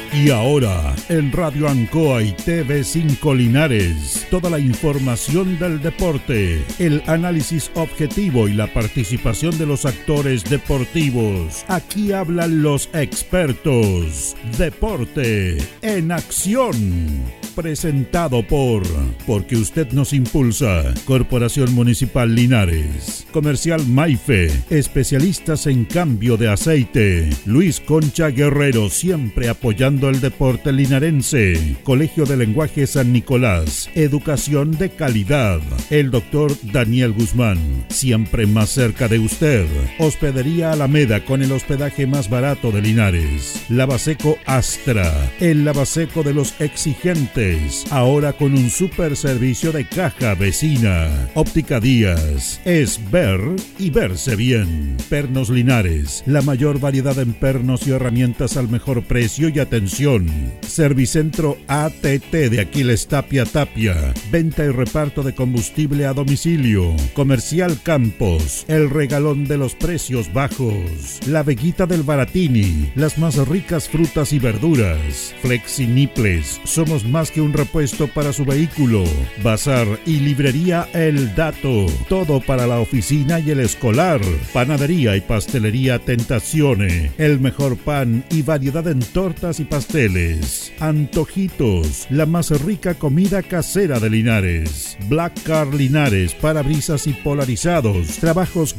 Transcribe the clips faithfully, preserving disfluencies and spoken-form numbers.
Y ahora, en Radio Ancoa y T V cinco Linares, toda la información del deporte, el análisis objetivo y la participación de los actores deportivos. Aquí hablan los expertos. Deporte en acción. Presentado por Porque Usted Nos Impulsa, Corporación Municipal Linares, Comercial Maife, especialistas en cambio de aceite, Luis Concha Guerrero, siempre apoyando el deporte linarense, Colegio de Lenguaje San Nicolás, educación de calidad, el doctor Daniel Guzmán, siempre más cerca de usted, Hospedería Alameda con el hospedaje más barato de Linares, Lavaseco Astra, el lavaseco de los exigentes, ahora con un super servicio de caja vecina. Óptica Díaz, es ver y verse bien. Pernos Linares, la mayor variedad en pernos y herramientas al mejor precio y atención. Servicentro A T T de Aquiles Tapia Tapia, venta y reparto de combustible a domicilio. Comercial Campos, el regalón de los precios bajos. La Veguita del Baratini, las más ricas frutas y verduras. Flexi Niples, somos más que un repuesto para su vehículo. Bazar y librería El Dato, todo para la oficina y el escolar. Panadería y pastelería Tentazione, el mejor pan y variedad en tortas y pasteles. Antojitos, la más rica comida casera de Linares. Black Car Linares, parabrisas y polarizados, trabajos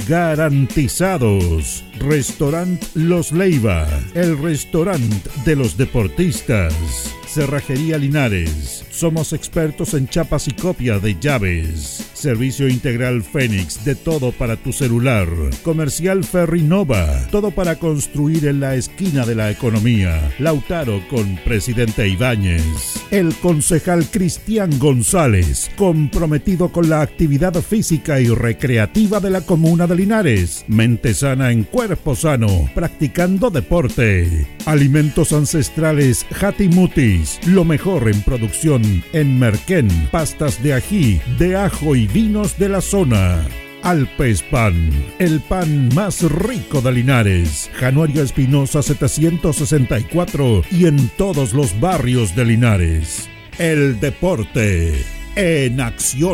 garantizados. Restaurant Los Leiva, el restaurante de los deportistas. Cerrajería Linares, somos expertos en chapas y copia de llaves. Servicio Integral Fénix, de todo para tu celular. Comercial Ferrinova, todo para construir en la esquina de la economía. Lautaro con Presidente Ibáñez. El concejal Cristian González, comprometido con la actividad física y recreativa de la comuna de Linares. Mente sana en cuerpo sano, practicando deporte. Alimentos ancestrales Hatimutis, lo mejor en producción en Merquén, pastas de ají, de ajo y vinos de la zona. Alpes Pan, el pan más rico de Linares. Januario Espinosa setecientos sesenta y cuatro y en todos los barrios de Linares. El deporte en acción.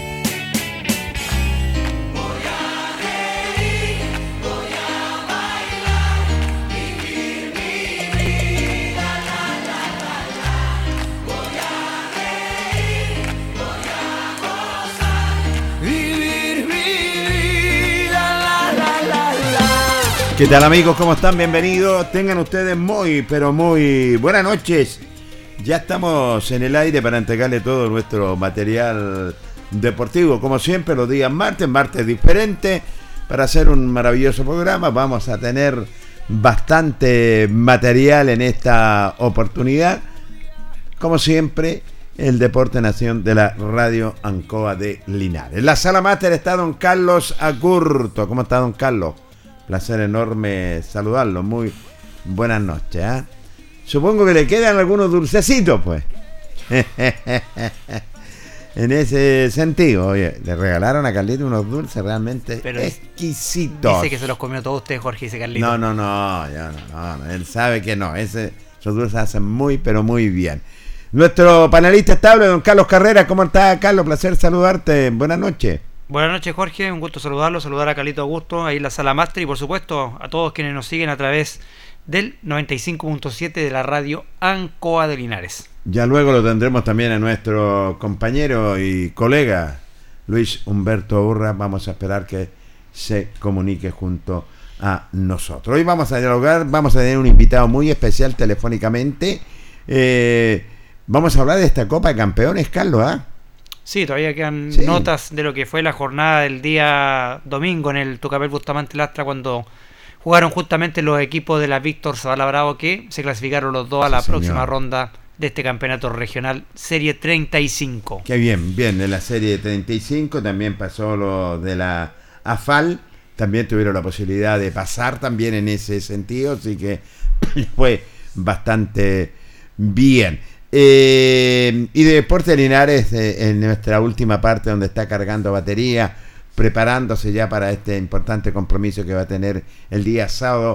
¿Qué tal, amigos? ¿Cómo están? Bienvenidos. Tengan ustedes muy, pero muy buenas noches. Ya estamos en el aire para entregarle todo nuestro material deportivo. Como siempre, los días martes, martes diferente, para hacer un maravilloso programa. Vamos a tener bastante material en esta oportunidad. Como siempre, el Deporte Nación de la Radio Ancoa de Linares. En la sala máster está don Carlos Acurto. ¿Cómo está, don Carlos? Placer enorme saludarlo. Muy buenas noches, ¿eh? Supongo que le quedan algunos dulcecitos, pues. En ese sentido, oye, le regalaron a Carlito unos dulces realmente pero exquisitos. Dice que se los comió todo usted, Jorge, dice Carlito. No, no, no, yo no, no, no, él sabe que no. Ese, esos dulces hacen muy, pero muy bien. Nuestro panelista estable, don Carlos Carrera. ¿Cómo está, Carlos? Placer saludarte. Buenas noches. Buenas noches, Jorge, un gusto saludarlo, saludar a Carlito Augusto, ahí en la sala máster y por supuesto a todos quienes nos siguen a través del noventa y cinco punto siete de la radio Ancoa de Linares. Ya luego lo tendremos también a nuestro compañero y colega Luis Humberto Urra. Vamos a esperar que se comunique junto a nosotros. Hoy vamos a dialogar, vamos a tener un invitado muy especial telefónicamente. Eh, vamos a hablar de esta Copa de Campeones, Carlos, ¿ah? ¿eh? Sí, todavía quedan sí. notas de lo que fue la jornada del día domingo en el Tucapel Bustamante Lastra, cuando jugaron justamente los equipos de la Víctor Zavala Bravo, que se clasificaron los dos a la sí, próxima señor. ronda de este campeonato regional, serie treinta y cinco. Qué bien, bien, de la serie treinta y cinco también pasó lo de la A F A L, también tuvieron la posibilidad de pasar también en ese sentido, así que fue bastante bien. Eh, y de Deporte Linares, eh, en nuestra última parte donde está cargando batería, preparándose ya para este importante compromiso que va a tener el día sábado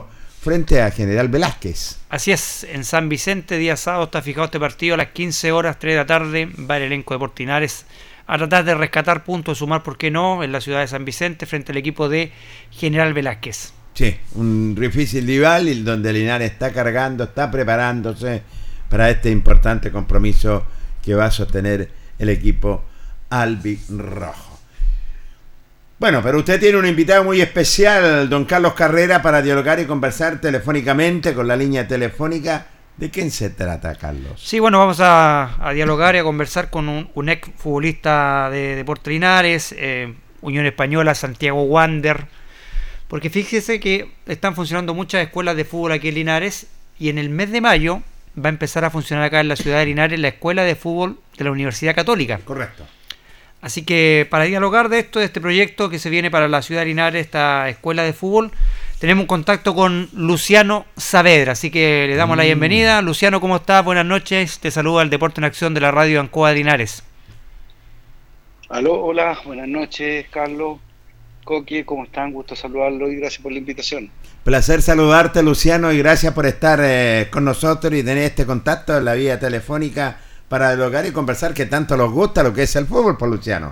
frente a General Velázquez. Así es, en San Vicente, día sábado, está fijado este partido a las quince horas, tres de la tarde. Va el elenco de Deportes Linares a tratar de rescatar puntos, sumar, ¿por qué no?, en la ciudad de San Vicente, frente al equipo de General Velázquez. Sí, un difícil rival donde Linares está cargando, está preparándose para este importante compromiso que va a sostener el equipo albirrojo. Bueno, pero usted tiene un invitado muy especial, don Carlos Carrera, para dialogar y conversar telefónicamente con la línea telefónica. ¿De quién se trata, Carlos? Sí, bueno, vamos a, a dialogar y a conversar con un, un ex futbolista de Deportes Linares, eh, Unión Española, Santiago Wander, porque fíjese que están funcionando muchas escuelas de fútbol aquí en Linares y en el mes de mayo va a empezar a funcionar acá en la ciudad de Linares la escuela de fútbol de la Universidad Católica. Correcto. Así que para dialogar de esto, de este proyecto que se viene para la ciudad de Linares, esta escuela de fútbol, tenemos un contacto con Luciano Saavedra, así que le damos mm. la bienvenida. Luciano, ¿cómo estás? Buenas noches, te saluda el Deporte en Acción de la Radio Ancoa de Linares. Aló, hola, buenas noches, Carlos, Coqui, ¿cómo están? Gusto saludarlo y gracias por la invitación. Placer saludarte, Luciano, y gracias por estar eh, con nosotros y tener este contacto en la vía telefónica para dialogar y conversar, que tanto nos gusta lo que es el fútbol, por Luciano.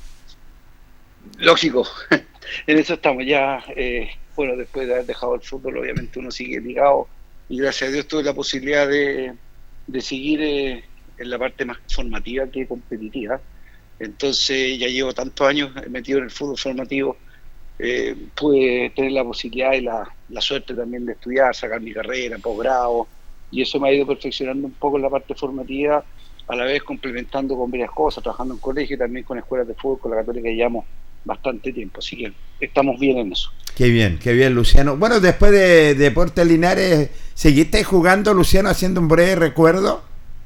Lógico, en eso estamos ya, eh, bueno, después de haber dejado el fútbol, obviamente uno sigue ligado, y gracias a Dios tuve la posibilidad de, de seguir eh, en la parte más formativa que competitiva. Entonces ya llevo tantos años metido en el fútbol formativo, eh, pude tener la posibilidad y la, la suerte también de estudiar, sacar mi carrera, posgrado, y eso me ha ido perfeccionando un poco en la parte formativa, a la vez complementando con varias cosas, trabajando en colegio y también con escuelas de fútbol, con la Católica, que llevamos bastante tiempo, así que estamos bien en eso. Qué bien, qué bien, Luciano. Bueno, después de Deportes Linares, ¿seguiste jugando, Luciano, haciendo un breve recuerdo?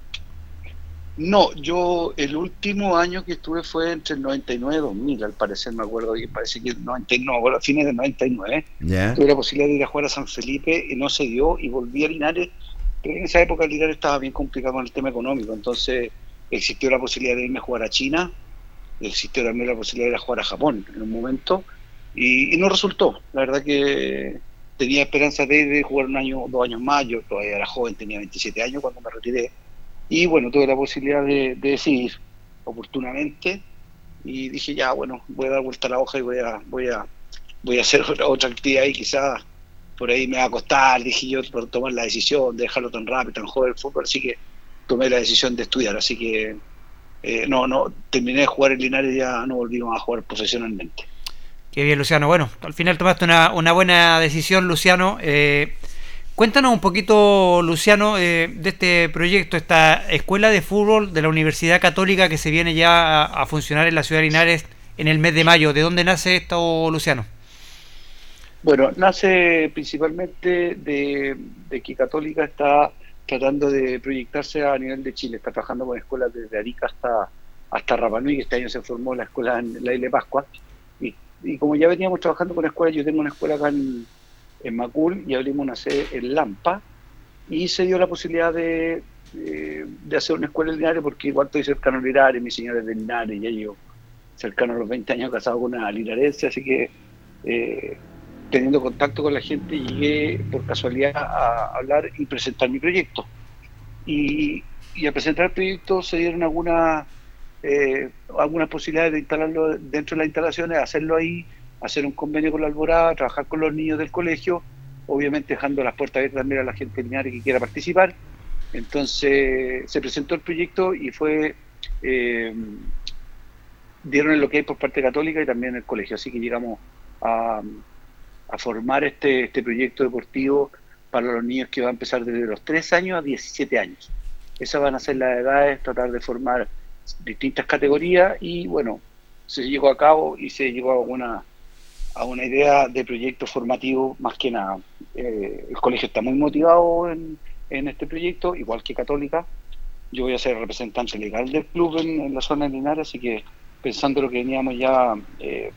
No, yo el último año que estuve fue entre el noventa y nueve y dos mil, al parecer, me acuerdo, y parece que el noventa y nueve, a fines del noventa y nueve, yeah. Tuve la posibilidad de ir a jugar a San Felipe y no se dio, y volví a Linares, pero en esa época Linares estaba bien complicado con el tema económico, entonces existió la posibilidad de irme a jugar a China, existió también la posibilidad de ir a jugar a Japón en un momento, y, y no resultó. La verdad que tenía esperanza de, de jugar un año, dos años más, yo todavía era joven, tenía veintisiete años cuando me retiré, y bueno, tuve la posibilidad de, de decidir oportunamente, y dije ya, bueno, voy a dar vuelta a la hoja y voy a voy a, voy a hacer otra, otra actividad, y quizás por ahí me va a costar, dije yo, por tomar la decisión de dejarlo tan rápido, tan joven el fútbol, así que tomé la decisión de estudiar, así que eh, no, no, terminé de jugar en Linares y ya no volvimos a jugar profesionalmente. Qué bien, Luciano. Bueno, al final tomaste una, una buena decisión, Luciano. Eh, cuéntanos un poquito, Luciano, eh, de este proyecto, esta escuela de fútbol de la Universidad Católica que se viene ya a, a funcionar en la ciudad de Linares en el mes de mayo. ¿De dónde nace esto, Luciano? Bueno, nace principalmente de, de que Católica está tratando de proyectarse a nivel de Chile, está trabajando con escuelas desde Arica hasta, hasta Rapa Nui, que este año se formó la escuela en la Isla de Pascua, y, y como ya veníamos trabajando con escuelas, yo tengo una escuela acá en, en Macul y abrimos una sede en Lampa, y se dio la posibilidad de, de, de hacer una escuela en Linares, porque igual estoy cercano a Linares, mi señora es de Linares, ya llevo cercano a los veinte años casado con una linarense, así que eh, teniendo contacto con la gente, llegué por casualidad a hablar y presentar mi proyecto. Y, y al presentar el proyecto se dieron algunas eh, algunas posibilidades de instalarlo dentro de las instalaciones, hacerlo ahí, hacer un convenio con la Alborada, trabajar con los niños del colegio, obviamente dejando las puertas abiertas también a la gente de Linares que quiera participar. Entonces se presentó el proyecto y fue eh, dieron el ok por parte Católica y también el colegio, así que llegamos a a formar este, este proyecto deportivo para los niños que va a empezar desde los tres años a diecisiete años. Esas van a ser las edades, tratar de formar distintas categorías, y bueno, se llevó a cabo y se llegó a una, a una idea de proyecto formativo más que nada. Eh, el colegio está muy motivado en, en este proyecto, igual que Católica. Yo voy a ser representante legal del club en, en la zona de Linares, así que pensando lo que veníamos ya eh,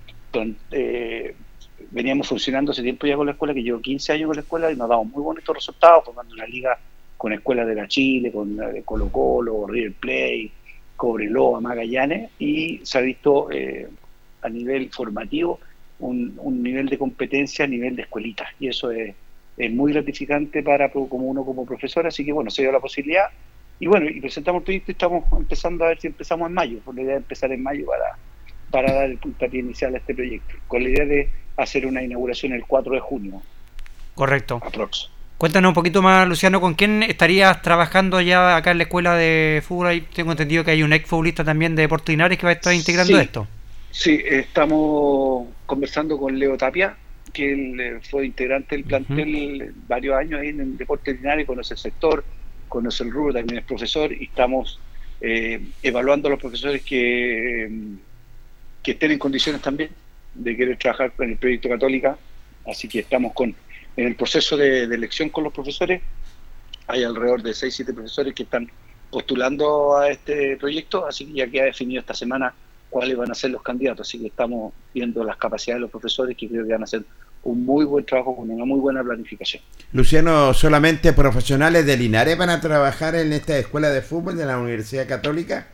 eh, veníamos funcionando hace tiempo ya con la escuela, que llevo quince años con la escuela y nos damos muy bonitos resultados, formando una liga con escuelas de la Chile, con eh, Colo Colo, River Plate, Cobreloa, Magallanes, y se ha visto eh, a nivel formativo un, un nivel de competencia a nivel de escuelitas, y eso es, es muy gratificante para como uno como profesor, así que bueno, se dio la posibilidad y bueno, y presentamos el proyecto y estamos empezando a ver si empezamos en mayo, por la idea de empezar en mayo para, para dar el puntapié inicial a este proyecto, con la idea de hacer una inauguración el cuatro de junio. Correcto. Aprox. Cuéntanos un poquito más, Luciano, ¿con quién estarías trabajando ya acá en la escuela de fútbol? Ahí tengo entendido que hay un ex futbolista también de Deportes Linares que va a estar integrando sí, esto. Sí, estamos conversando con Leo Tapia, que él fue integrante del plantel uh-huh. varios años ahí en Deportes Linares, conoce el sector, conoce el rubro, también es profesor, y estamos eh, evaluando a los profesores que, que estén en condiciones también de querer trabajar con el proyecto Católica, así que estamos con en el proceso de, de elección con los profesores. Hay alrededor de seis siete profesores que están postulando a este proyecto, así que ya queda definido esta semana cuáles van a ser los candidatos, así que estamos viendo las capacidades de los profesores, que creo que van a hacer un muy buen trabajo con una muy buena planificación. Luciano, ¿solamente profesionales de Linares van a trabajar en esta escuela de fútbol de la Universidad Católica?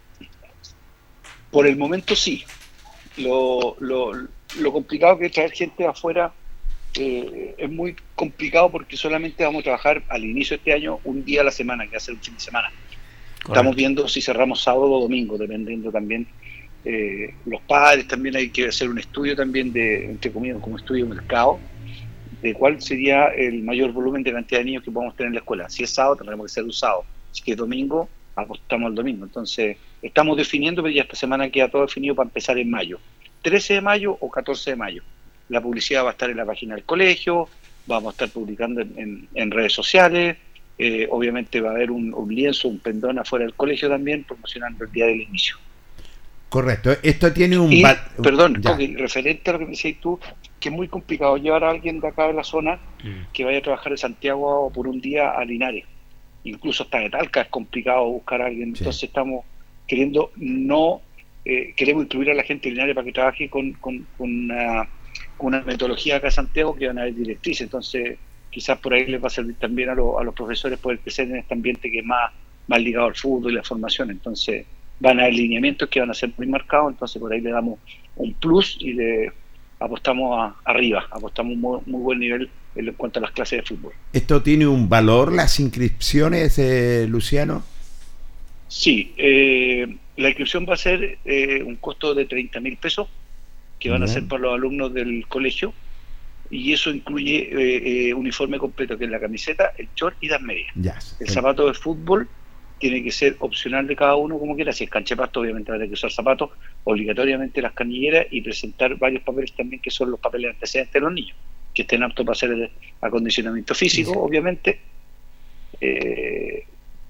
Por el momento sí. Lo, lo, lo complicado que es traer gente de afuera eh, es muy complicado porque solamente vamos a trabajar al inicio de este año un día a la semana, que va a ser un fin de semana. Correcto. Estamos viendo si cerramos sábado o domingo, dependiendo también. Eh, los padres también hay que hacer un estudio también de, entre comillas, como estudio de mercado, de cuál sería el mayor volumen de cantidad de niños que podemos tener en la escuela. Si es sábado, tendremos que ser un sábado. Si es domingo, apostamos al domingo. Entonces, estamos definiendo, pero ya esta semana queda todo definido para empezar en mayo. trece de mayo o catorce de mayo. La publicidad va a estar en la página del colegio, vamos a estar publicando en, en, en redes sociales, eh, obviamente va a haber un, un lienzo, un pendón afuera del colegio también, promocionando el día del inicio. Correcto, esto tiene un... Y, val- perdón, okay, referente a lo que me decías tú, que es muy complicado llevar a alguien de acá de la zona mm. que vaya a trabajar de Santiago por un día a Linares, incluso hasta de Talca es complicado buscar a alguien, sí. Entonces estamos queriendo no... Eh, queremos incluir a la gente de Linares para que trabaje con, con, con, una, con una metodología acá en Santiago que van a haber directrices, entonces quizás por ahí les va a servir también a, lo, a los profesores poder crecer en este ambiente que es más, más ligado al fútbol y la formación, entonces van a haber lineamientos que van a ser muy marcados, entonces por ahí le damos un plus y le apostamos a, arriba, apostamos un muy, muy buen nivel en cuanto a las clases de fútbol. ¿Esto tiene un valor, las inscripciones, eh, Luciano? Sí, eh, la inscripción va a ser eh, un costo de treinta mil pesos que van Bien. a ser para los alumnos del colegio y eso incluye eh, eh, uniforme completo, que es la camiseta, el short y las medias. Yes. El zapato de fútbol tiene que ser opcional de cada uno como quiera, si es cancha de pasto obviamente va a tener que usar zapatos, obligatoriamente las canilleras y presentar varios papeles también que son los papeles antecedentes de los niños, que estén aptos para hacer el acondicionamiento físico, sí. obviamente. Eh,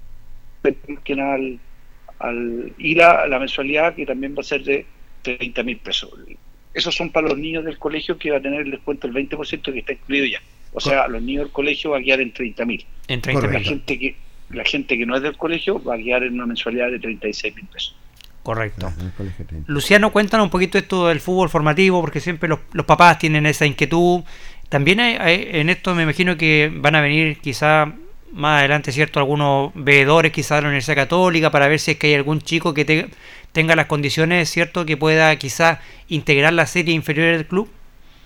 que nada al, al, y la, la mensualidad que también va a ser de treinta mil pesos. Esos son para los niños del colegio que va a tener el descuento del veinte por ciento que está incluido ya. O sea, los niños del colegio va a quedar en treinta mil. En treinta mil. La gente que la gente que no es del colegio va a quedar en una mensualidad de treinta y seis mil pesos. Correcto. Luciano, cuéntanos un poquito esto del fútbol formativo, porque siempre los, los papás tienen esa inquietud. También hay, hay, en esto me imagino que van a venir quizá más adelante, ¿cierto?, algunos veedores quizás de la Universidad Católica para ver si es que hay algún chico que te, tenga las condiciones, ¿cierto?, que pueda quizás integrar la serie inferior del club.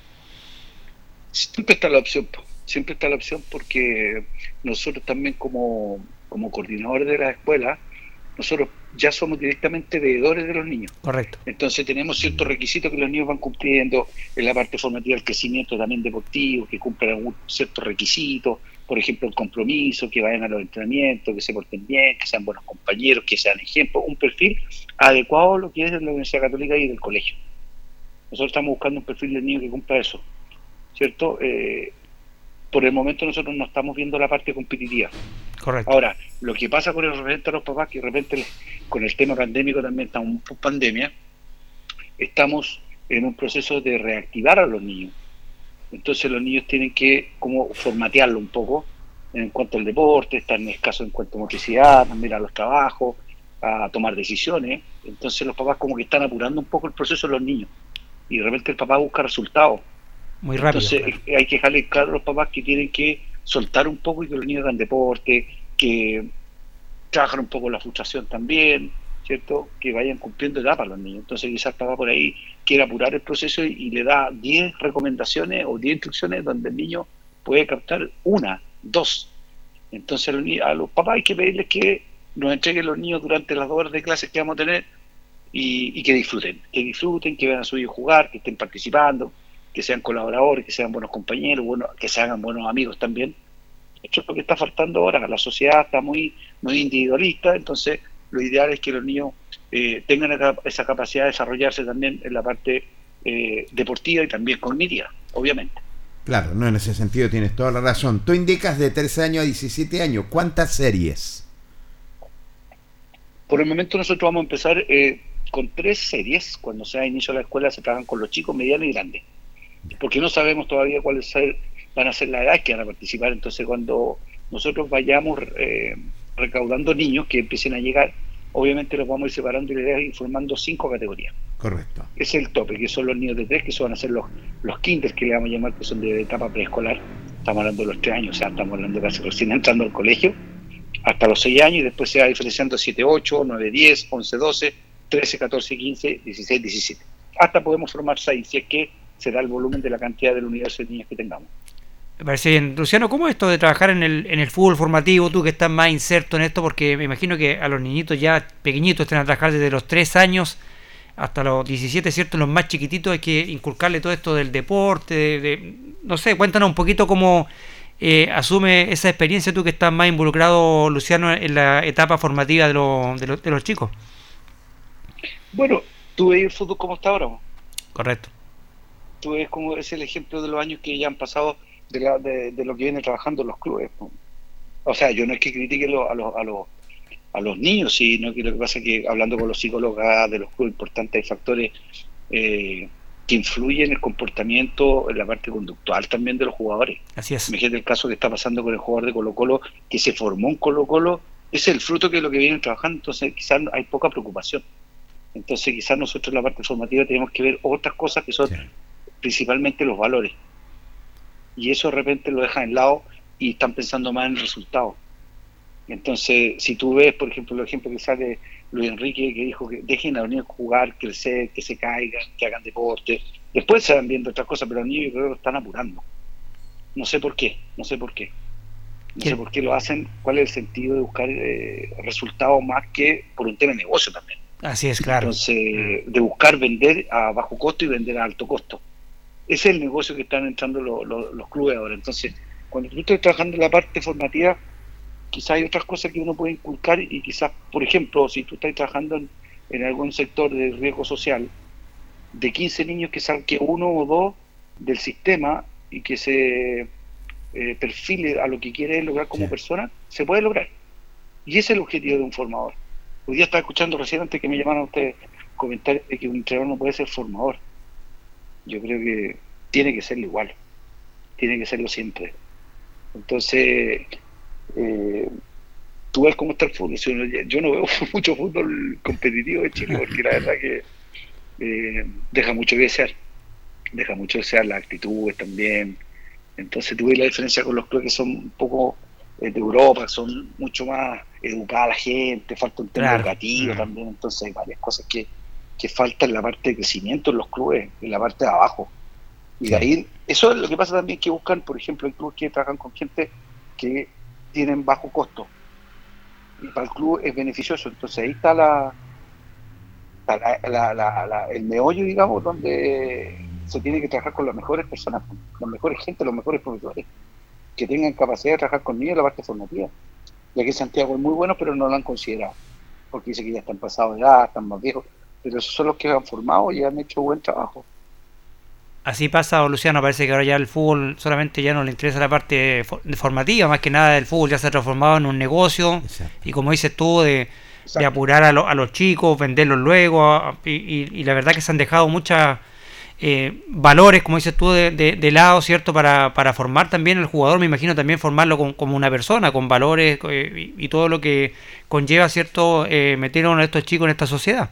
Siempre está la opción, siempre está la opción porque nosotros también como, como coordinadores de la escuela, nosotros ya somos directamente veedores de los niños. Correcto. Entonces tenemos ciertos requisitos que los niños van cumpliendo en la parte formativa, el crecimiento también deportivo, que cumplan algún ciertos requisitos, por ejemplo el compromiso, que vayan a los entrenamientos, que se porten bien, que sean buenos compañeros, que sean ejemplos, un perfil adecuado a lo que es de la Universidad Católica y del colegio. Nosotros estamos buscando un perfil del niño que cumpla eso, ¿cierto? Eh, por el momento nosotros no estamos viendo la parte competitiva. Correcto. Ahora, lo que pasa con el referente a los papás, que de repente con el tema pandémico también estamos en pandemia, estamos en un proceso de reactivar a los niños. Entonces los niños tienen que como formatearlo un poco en cuanto al deporte, están escasos en cuanto a motricidad, también a los trabajos, a tomar decisiones. Entonces los papás como que están apurando un poco el proceso de los niños y de repente el papá busca resultados. Muy rápido. Entonces claro. Hay que dejarle claro a los papás que tienen que soltar un poco y que los niños hagan deporte, que trabajan un poco la frustración también, ¿cierto? Que vayan cumpliendo etapas los niños. Entonces quizás el papá por ahí quiere apurar el proceso y, y le da diez recomendaciones o diez instrucciones donde el niño puede captar una, dos. Entonces a los, a los papás hay que pedirles que nos entreguen los niños durante las dos horas de clases que vamos a tener y, y que disfruten, que disfruten, que vean a su hijo jugar, que estén participando, que sean colaboradores, que sean buenos compañeros, bueno, que se hagan buenos amigos también. Esto es lo que está faltando ahora. La sociedad está muy, muy individualista, entonces lo ideal es que los niños eh, tengan esa capacidad de desarrollarse también en la parte eh, deportiva y también cognitiva, obviamente. Claro, no, en ese sentido tienes toda la razón. Tú indicas de trece años a diecisiete años. ¿Cuántas series? Por el momento nosotros vamos a empezar eh, con tres series. Cuando sea inicio de la escuela se trabajan con los chicos, medianos y grandes. Porque no sabemos todavía cuáles van a ser las edades que van a participar. Entonces cuando nosotros vayamos eh, recaudando niños que empiecen a llegar, obviamente los vamos a ir separando y les vamos a ir formando cinco categorías. Correcto. Ese es el tope, que son los niños de tres, que son van a ser los, los kinders, que le vamos a llamar, que son de etapa preescolar. Estamos hablando de los tres años, o sea, estamos hablando de casi recién entrando al colegio, hasta los seis años, y después se va diferenciando siete, ocho, nueve, diez, once, doce, trece, catorce, quince, dieciséis, diecisiete. Hasta podemos formar seis, si es que se da el volumen de la cantidad del universo de niños que tengamos. Me parece bien. Luciano, ¿cómo es esto de trabajar en el, en el fútbol formativo? Tú que estás más inserto en esto, porque me imagino que a los niñitos ya pequeñitos están a trabajar desde los tres años hasta los diecisiete, ¿cierto? Los más chiquititos hay que inculcarle todo esto del deporte, de, de, no sé, cuéntanos un poquito cómo eh, asume esa experiencia tú que estás más involucrado, Luciano, en la etapa formativa de, lo, de, lo, de los chicos. Bueno, tú ves el fútbol como está ahora, ¿no? Correcto. Tú ves como es el ejemplo de los años que ya han pasado de, la, de, de lo que vienen trabajando los clubes, ¿no? O sea, yo no es que critique lo, a los a los a los niños, sino que lo que pasa es que hablando con los psicólogos de los clubes importantes hay factores eh, que influyen en el comportamiento, en la parte conductual también de los jugadores. Así es. Imagínate el caso que está pasando con el jugador de Colo-Colo, que se formó en Colo-Colo, es el fruto de lo que vienen trabajando, entonces quizás hay poca preocupación. Entonces quizás nosotros en la parte formativa tenemos que ver otras cosas que son sí. principalmente los valores. Y eso de repente lo dejan en lado y están pensando más en el resultado. Entonces, si tú ves, por ejemplo, el ejemplo que sale Luis Enrique, que dijo que dejen a los niños jugar, crecer, que se caigan, que hagan deporte. Después se van viendo otras cosas, pero los niños yo creo que lo están apurando. No sé por qué, no sé por qué. No ¿Qué? sé por qué lo hacen, cuál es el sentido de buscar eh, resultados más que por un tema de negocio también. Así es, claro. Entonces, de buscar vender a bajo costo y vender a alto costo. Ese es el negocio que están entrando los, los, los clubes ahora. Entonces, cuando tú estás trabajando en la parte formativa, quizás hay otras cosas que uno puede inculcar y quizás, por ejemplo, si tú estás trabajando en, en algún sector de riesgo social, de quince niños que salga uno o dos del sistema y que se eh, perfile a lo que quiere lograr como sí. persona, se puede lograr. Y ese es el objetivo de un formador. Hoy día estaba escuchando recién antes que me llamaron ustedes comentarios de que un entrenador no puede ser formador. Yo creo que tiene que serlo igual, tiene que serlo siempre. Entonces, eh, tú ves cómo está el fútbol. Yo no veo mucho fútbol competitivo de Chile porque la verdad que eh, deja mucho que desear, deja mucho que desear las actitudes también. Entonces tú ves la diferencia con los clubes que son un poco eh, de Europa, son mucho más educada la gente, falta un tema claro. educativo también. Entonces hay varias cosas que que falta en la parte de crecimiento en los clubes, en la parte de abajo. Y de ahí, eso es lo que pasa también, que buscan, por ejemplo, hay clubes que trabajan con gente que tienen bajo costo. Y para el club es beneficioso. Entonces ahí está la, la, la, la, la el meollo, digamos, donde se tiene que trabajar con las mejores personas, con las mejores gente, los mejores profesores, que tengan capacidad de trabajar con niños en la parte formativa. Ya que Santiago es muy bueno, pero no lo han considerado, porque dice que ya están pasados de edad, están más viejos. Pero esos son los que han formado y han hecho buen trabajo. Así pasa, Luciano, parece que ahora ya el fútbol solamente ya no le interesa la parte formativa, más que nada el fútbol ya se ha transformado en un negocio. Exacto. Y como dices tú, de, de apurar a, lo, a los chicos, venderlos luego, a, y, y, y la verdad que se han dejado muchas eh, valores, como dices tú, de, de, de lado, ¿cierto? Para, para formar también el jugador, me imagino también formarlo con, como una persona, con valores eh, y, y todo lo que conlleva, ¿cierto? Eh, meter a estos chicos en esta sociedad.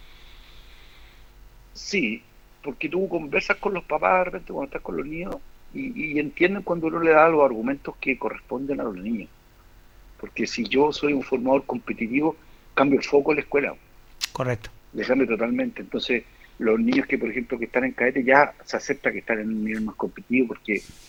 Sí, porque tú conversas con los papás de repente cuando estás con los niños y, y entienden cuando uno le da los argumentos que corresponden a los niños. Porque si yo soy un formador competitivo, cambio el foco en la escuela. Correcto. Le cambio totalmente. Entonces, los niños que, por ejemplo, que están en cadete ya se acepta que están en un nivel más competitivo porque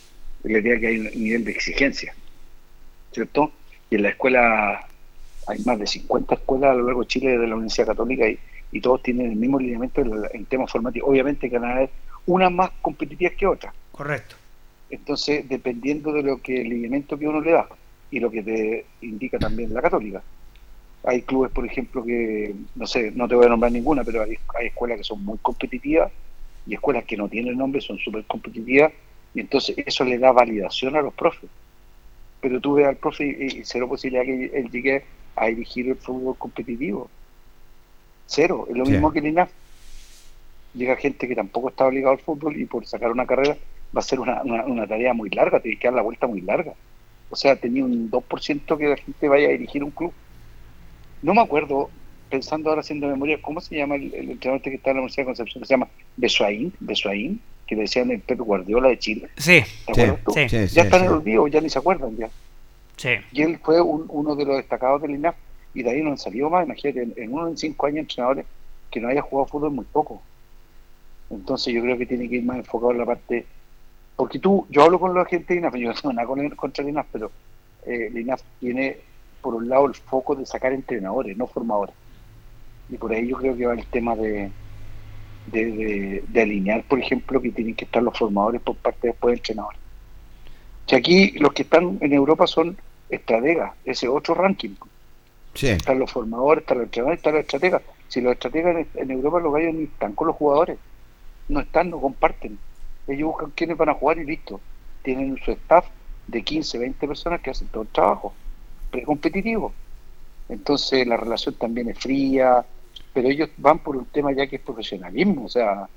la idea que hay un nivel de exigencia, ¿cierto? Y en la escuela hay más de cincuenta escuelas a lo largo de Chile de la Universidad Católica y, y todos tienen el mismo lineamiento en, en temas formativos. Obviamente que van a haber unas más competitivas que otras. Correcto. Entonces, dependiendo de lo que el lineamiento que uno le da y lo que te indica también la Católica. Hay clubes, por ejemplo, que, no sé, no te voy a nombrar ninguna, pero hay, hay escuelas que son muy competitivas y escuelas que no tienen nombre son súper competitivas, y entonces eso le da validación a los profes. Pero tú ves al profe y, y cero posibilidad que él llegue a dirigir el fútbol competitivo. Cero. Es lo Sí. mismo que el I N A F. Llega gente que tampoco está obligado al fútbol y por sacar una carrera va a ser una, una, una tarea muy larga, tienes que dar la vuelta muy larga. O sea, tenía un dos por ciento que la gente vaya a dirigir un club. No me acuerdo, pensando ahora haciendo memoria, ¿cómo se llama el, el entrenador que está en la Universidad de Concepción? Que se llama Besuaín, Besuaín, que le decían el Pep Guardiola de Chile. Sí. ¿Te Sí, acuerdas tú? sí, sí, Ya sí, están en sí. el olvido, ya ni se acuerdan ya. Sí. Y él fue un, uno de los destacados del I N A F, y de ahí no han salido más. Imagínate, en, en uno en cinco años entrenadores que no haya jugado fútbol muy poco. Entonces yo creo que tiene que ir más enfocado en la parte, porque tú, yo hablo con la gente de I N A F, yo no tengo nada con el, contra el I N A F, pero eh, el I N A F tiene por un lado el foco de sacar entrenadores, no formadores, y por ahí yo creo que va el tema de de, de, de alinear, por ejemplo, que tienen que estar los formadores por parte después de entrenadores. Que aquí los que están en Europa son estrategas, ese otro ranking. Sí. Están los formadores, están los entrenadores, están los estrategas. Si los estrategas en, en Europa, los gallos ni están con los jugadores, no están, no comparten. Ellos buscan quiénes van a jugar y listo. Tienen su staff de quince, veinte personas que hacen todo el trabajo precompetitivo. Entonces la relación también es fría, pero ellos van por un tema ya que es profesionalismo, o sea,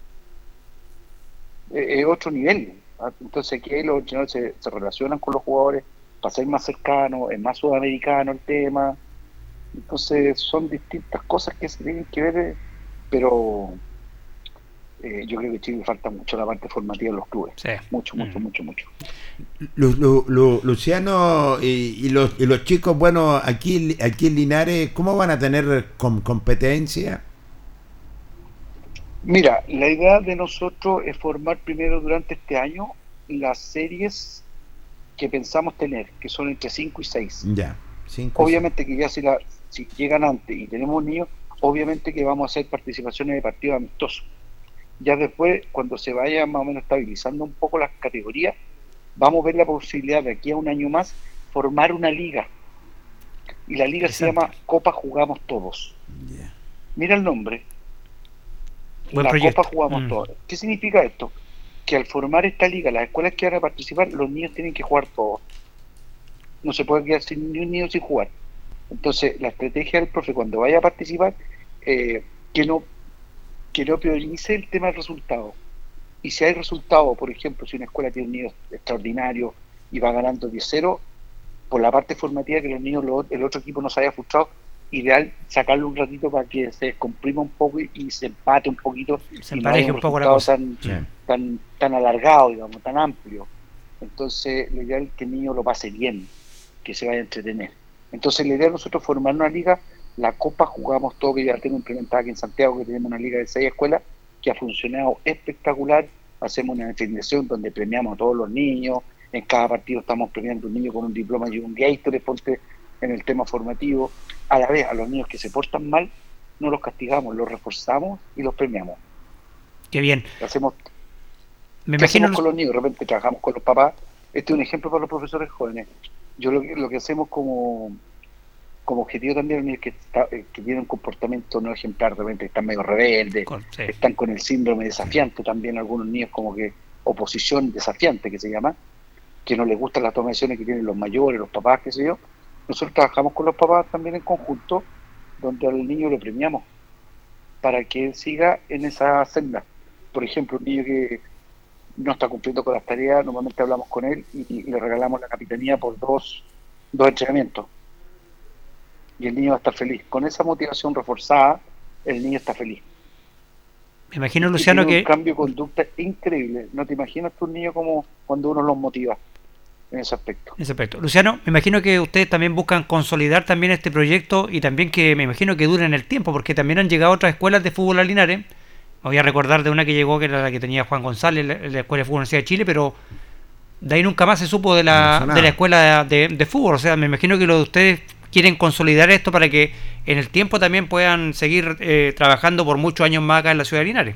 es, es otro nivel. ¿Ah? Entonces aquí los entrenadores se, se relacionan con los jugadores para ser más cercanos, es más sudamericano el tema. Entonces son distintas cosas que se tienen que ver, eh, pero eh, yo creo que a Chile le falta mucho la parte formativa de los clubes. Sí. Mucho, mucho, Mm. mucho, mucho. Lu- Lu- Lu- Luciano y, y los, y los chicos, bueno, aquí, aquí en Linares, ¿cómo van a tener com- competencia? Mira, la idea de nosotros es formar primero durante este año las series que pensamos tener, que son entre cinco y seis. Ya. Cinco, Obviamente que ya si, la, si llegan antes y tenemos niños, obviamente que vamos a hacer participaciones de partidos amistosos. Ya después, cuando se vaya más o menos estabilizando un poco las categorías, vamos a ver la posibilidad de aquí a un año más formar una liga. Y la liga se llama Copa Jugamos Todos. Ya. Mira el nombre. Buen la proyecto. Copa Jugamos Mm. Todos. ¿Qué significa esto? Que al formar esta liga, las escuelas que van a participar, los niños tienen que jugar todos. No se puede quedar sin ni un niño sin jugar. Entonces, la estrategia del profe cuando vaya a participar, eh, que no que no priorice el tema del resultado. Y si hay resultado, por ejemplo, si una escuela tiene un niño extraordinario y va ganando diez cero, por la parte formativa que los niños, lo- el otro equipo no se haya frustrado, ideal sacarlo un ratito para que se descomprima un poco y, y se empate un poquito, Se y no empareje haya un poco la resultado cosa. tan, Sí. tan, tan alargado, digamos, tan amplio. Entonces, lo ideal es que el niño lo pase bien, que se vaya a entretener. Entonces, la idea de nosotros formar una liga, la Copa Jugamos Todo, que ya tengo implementada aquí en Santiago, que tenemos una liga de seis escuelas, que ha funcionado espectacular. Hacemos una definición donde premiamos a todos los niños, en cada partido estamos premiando a un niño con un diploma y un Gatorade, ponte en el tema formativo. A la vez, a los niños que se portan mal, no los castigamos, los reforzamos y los premiamos. Qué bien. Hacemos Me ¿Qué imagino. hacemos con los niños? De repente trabajamos con los papás. Este es un ejemplo para los profesores jóvenes. Yo lo que, lo que hacemos como, como objetivo también los niños que, está, eh, que tienen un comportamiento no ejemplar, de repente están medio rebeldes, Con- sí. están con el síndrome desafiante también, algunos niños como que oposición desafiante que se llama, que no les gustan las tomas de decisiones que tienen los mayores, los papás, qué sé yo. Nosotros trabajamos con los papás también en conjunto, donde al niño lo premiamos para que él siga en esa senda. Por ejemplo, un niño que no está cumpliendo con las tareas, normalmente hablamos con él y, y le regalamos la capitanía por dos, dos entrenamientos. Y el niño va a estar feliz. Con esa motivación reforzada, el niño está feliz. Me imagino, Y Luciano, tiene que. un cambio de conducta increíble. No te imaginas tú un niño como cuando uno los motiva en ese aspecto. En ese aspecto. Luciano, me imagino que ustedes también buscan consolidar también este proyecto y también que me imagino que dure en el tiempo, porque también han llegado otras escuelas de fútbol a Linares. Me voy a recordar de una que llegó, que era la que tenía Juan González, la, la Escuela de Fútbol de la Universidad de Chile, pero de ahí nunca más se supo de la, de la escuela de, de, de fútbol. O sea, me imagino que lo de ustedes quieren consolidar esto para que en el tiempo también puedan seguir eh, trabajando por muchos años más acá en la ciudad de Linares.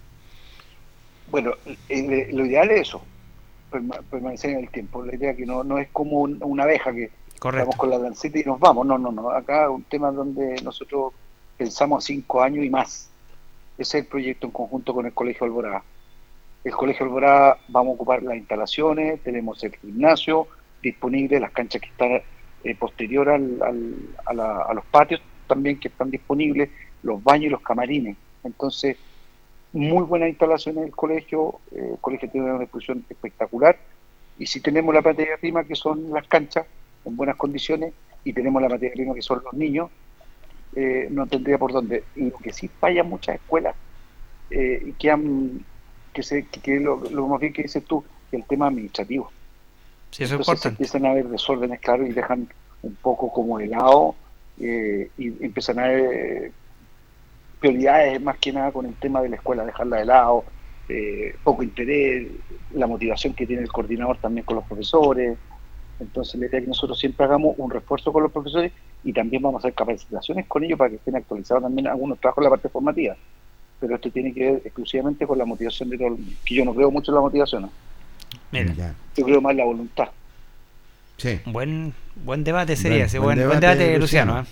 Bueno, eh, lo ideal es eso, permanecer en el tiempo. La idea que no, no es como un, una abeja que Correcto. Vamos con la lanceta y nos vamos. No, no, no. Acá es un tema donde nosotros pensamos cinco años y más. Ese es el proyecto en conjunto con el Colegio Alborada. El Colegio Alborada vamos a ocupar las instalaciones, tenemos el gimnasio disponible, las canchas que están eh, posterior al, al, a, la, a los patios también que están disponibles, los baños y los camarines. Entonces, muy buenas instalaciones del colegio. Eh, el colegio tiene una exposición espectacular. Y si tenemos la materia prima, que son las canchas, en buenas condiciones, y tenemos la materia prima, que son los niños, eh, no tendría por dónde. Y lo que sí falla muchas escuelas, eh, que han, que, se, que, que lo, lo más bien que dices tú, que el tema administrativo. Sí, eso Entonces se empiezan a haber desórdenes, claro, y dejan un poco como de lado, eh, y empiezan a haber prioridades más que nada con el tema de la escuela, dejarla de lado, eh, poco interés, la motivación que tiene el coordinador también con los profesores. Entonces la idea es que nosotros siempre hagamos un refuerzo con los profesores y también vamos a hacer capacitaciones con ellos para que estén actualizados también algunos trabajos en la parte formativa. Pero esto tiene que ver exclusivamente con la motivación de todo el mundo, que yo no creo mucho en la motivación, ¿no? Mira. Yo creo más en la voluntad. Sí. Buen buen debate sería buen, ese, buen, buen debate, debate, Luciano. Luciano.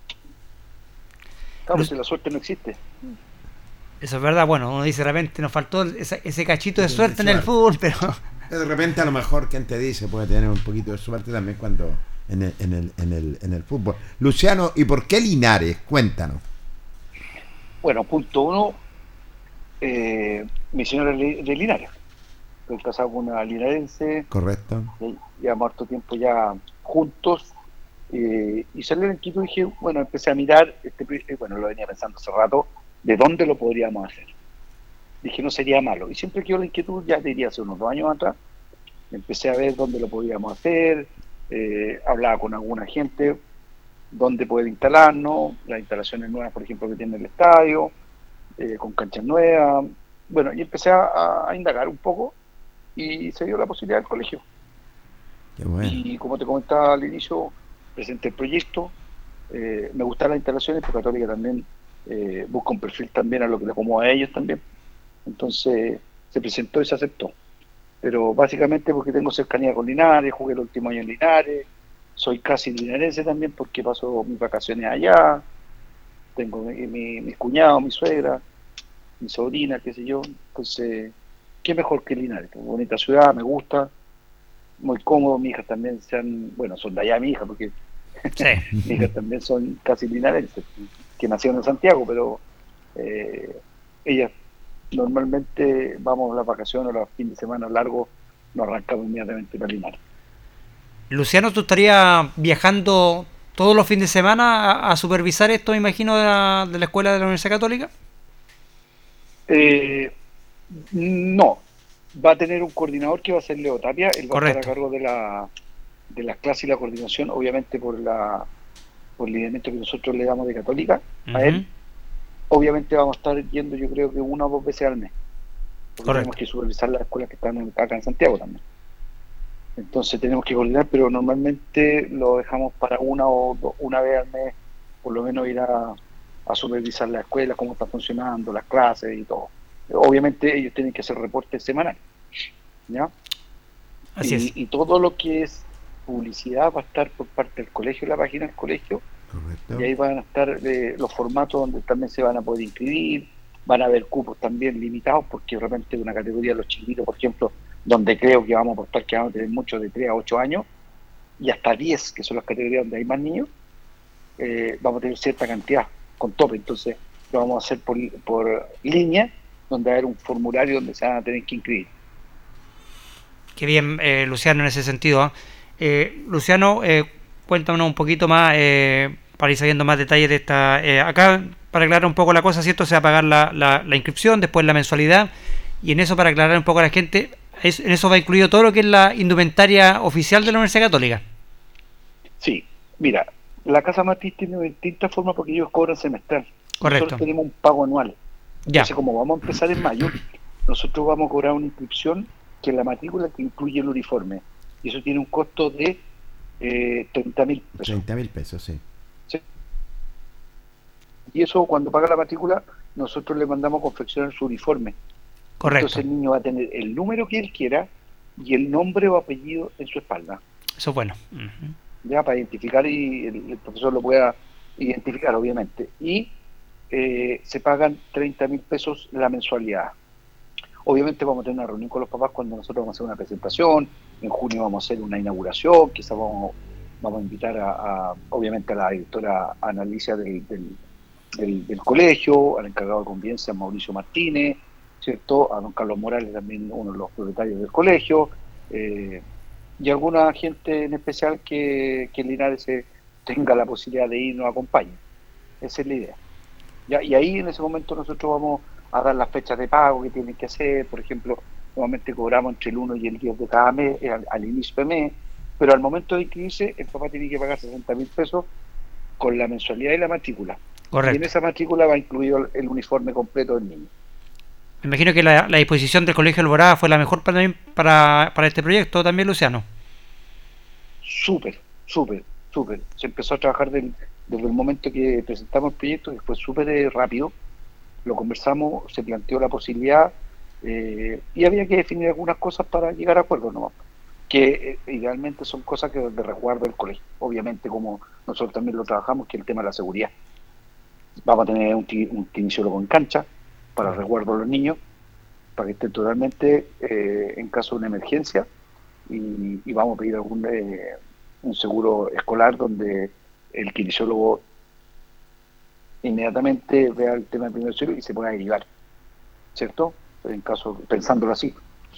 ¿eh? Claro, si la suerte no existe. Eso es verdad. Bueno, uno dice de repente nos faltó ese, ese cachito de suerte en el fútbol, pero de repente a lo mejor quien te dice puede tener un poquito de suerte también cuando en el, en el, en el, en el fútbol. Luciano, ¿y por qué Linares? Cuéntanos. Bueno, punto uno, eh, mi señora es de Linares. Estoy casado con una linarense. Correcto. Llevamos harto tiempo ya juntos. Eh, y salí en inquietud y dije, bueno, empecé a mirar, este, bueno, lo venía pensando hace rato, de dónde lo podríamos hacer. Dije, no sería malo. Y siempre quedó la inquietud, ya diría hace unos dos años atrás, empecé a ver dónde lo podríamos hacer, eh, hablaba con alguna gente, dónde poder instalarnos, las instalaciones nuevas, por ejemplo, que tiene el estadio, eh, con canchas nuevas. Bueno, y empecé a, a indagar un poco y se dio la posibilidad del colegio. Qué bueno. Y como te comentaba al inicio, presenté el proyecto, eh, me gustan las instalaciones, porque Católica también eh, busca un perfil también a lo que le acomoda a ellos también. Entonces se presentó y se aceptó. Pero básicamente porque tengo cercanía con Linares, jugué el último año en Linares, soy casi linarense también porque paso mis vacaciones allá, tengo mi, mi, mis cuñados, mi suegra, mi sobrina, qué sé yo. Entonces, ¿qué mejor que Linares? Bonita ciudad, me gusta, muy cómodo. Mis hijas también sean, bueno, son de allá mi hija, porque sí. mis hijas también son casi linarenses, que nacieron en Santiago, pero eh, ellas normalmente vamos a las vacaciones o los fines de semana largos, nos arrancamos inmediatamente para Linares. Luciano, ¿tú estarías viajando todos los fines de semana a, a supervisar esto, me imagino, de la, de la escuela de la Universidad Católica? Eh, no, va a tener un coordinador que va a ser Leo Tapia, él va Correcto. a estar a cargo de la de las clases y la coordinación, obviamente por la por el lineamiento que nosotros le damos de Católica uh-huh. a él. Obviamente vamos a estar yendo, yo creo que una o dos veces al mes, porque Correcto. tenemos que supervisar las escuelas que están acá en Santiago también. Entonces tenemos que coordinar, pero normalmente lo dejamos para una o dos, una vez al mes, por lo menos ir a, a supervisar la escuela, cómo está funcionando, las clases y todo. Obviamente ellos tienen que hacer reportes semanales, ¿ya? Así y, es. y todo lo que es publicidad va a estar por parte del colegio, la página del colegio. Correcto. Y ahí van a estar eh, los formatos donde también se van a poder inscribir, van a haber cupos también limitados, porque de repente una categoría de los chiquitos, por ejemplo, donde creo que vamos a apostar que vamos a tener muchos de tres a ocho años, y hasta diez, que son las categorías donde hay más niños, eh, vamos a tener cierta cantidad con tope. Entonces lo vamos a hacer por, por línea, donde va a haber un formulario donde se van a tener que inscribir. Qué bien, eh, Luciano, en ese sentido. ¿eh? Eh, Luciano, eh, cuéntanos un poquito más, eh, para ir sabiendo más detalles de esta... Eh, acá, para aclarar un poco la cosa, ¿cierto? Se va a pagar la, la, la inscripción, después la mensualidad, y en eso, para aclarar un poco a la gente, es, en eso va incluido todo lo que es la indumentaria oficial de la Universidad Católica. Sí, mira, la Casa Matiz tiene distintas formas porque ellos cobran semestral. Correcto. Nosotros tenemos un pago anual. Ya. Entonces, como vamos a empezar en mayo, nosotros vamos a cobrar una inscripción que la matrícula que incluye el uniforme. Y eso tiene un costo de eh, treinta mil pesos. treinta mil pesos, sí. sí. Y eso, cuando paga la matrícula, nosotros le mandamos a confeccionar su uniforme. Correcto. Entonces el niño va a tener el número que él quiera y el nombre o apellido en su espalda. Eso es bueno. Uh-huh. Ya, para identificar y el, el profesor lo pueda identificar, obviamente. Y eh, se pagan treinta mil pesos la mensualidad. Obviamente vamos a tener una reunión con los papás cuando nosotros vamos a hacer una presentación. En junio vamos a hacer una inauguración, quizás vamos, vamos a invitar a, a, obviamente, a la directora Ana Alicia del, del, del, del colegio, al encargado de convivencia Mauricio Martínez, ¿cierto? A don Carlos Morales, también uno de los propietarios del colegio, eh, y alguna gente en especial que, que Linares se tenga la posibilidad de ir y nos acompañe. Esa es la idea. Ya, y ahí en ese momento nosotros vamos a dar las fechas de pago que tienen que hacer. Por ejemplo, normalmente cobramos entre el uno y el diez de cada mes, al, al inicio de mes, pero al momento de inscribirse, el papá tiene que pagar sesenta mil pesos con la mensualidad y la matrícula. Correcto. Y en esa matrícula va incluido el, el uniforme completo del niño. Me imagino que la, la disposición del Colegio Alborada fue la mejor para, para, para este proyecto también, Luciano. Súper, súper, súper. Se empezó a trabajar del, desde el momento que presentamos el proyecto, que fue súper eh, rápido. Lo conversamos, se planteó la posibilidad eh, y había que definir algunas cosas para llegar a acuerdos, ¿no? Que eh, idealmente son cosas que de resguardo del colegio. Obviamente, como nosotros también lo trabajamos, que es el tema de la seguridad. Vamos a tener un, un kinesiólogo en cancha para el resguardo de los niños, para que estén totalmente eh, en caso de una emergencia, y, y vamos a pedir algún eh, un seguro escolar donde el kinesiólogo inmediatamente vea el tema del primer auxilio y se pueda derivar, ¿cierto? En caso, pensándolo así.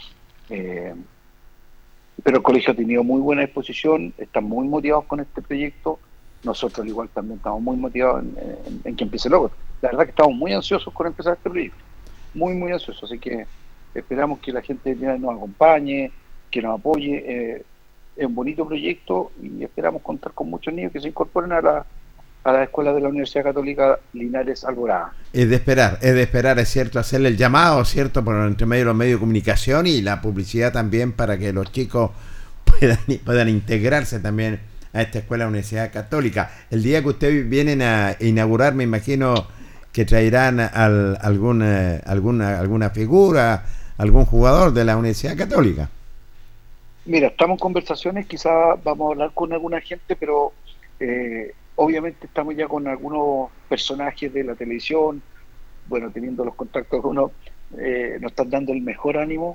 Eh, pero el colegio ha tenido muy buena disposición, están muy motivados con este proyecto. Nosotros al igual también estamos muy motivados en, en, en que empiece luego. La verdad que estamos muy ansiosos por empezar este proyecto, muy muy ansiosos, así que esperamos que la gente nos acompañe, que nos apoye. Eh, es un bonito proyecto y esperamos contar con muchos niños que se incorporen a la a la escuela de la Universidad Católica Linares Alborada. Es de esperar, es de esperar, es cierto, hacerle el llamado, cierto, por entre medio de los medios de comunicación y la publicidad también para que los chicos puedan, puedan integrarse también a esta escuela de la Universidad Católica. El día que ustedes vienen a inaugurar, me imagino que traerán al, alguna, alguna, alguna figura, algún jugador de la Universidad Católica. Mira, estamos en conversaciones, quizás vamos a hablar con alguna gente, pero eh, obviamente estamos ya con algunos personajes de la televisión, bueno, teniendo los contactos con uno, eh, nos están dando el mejor ánimo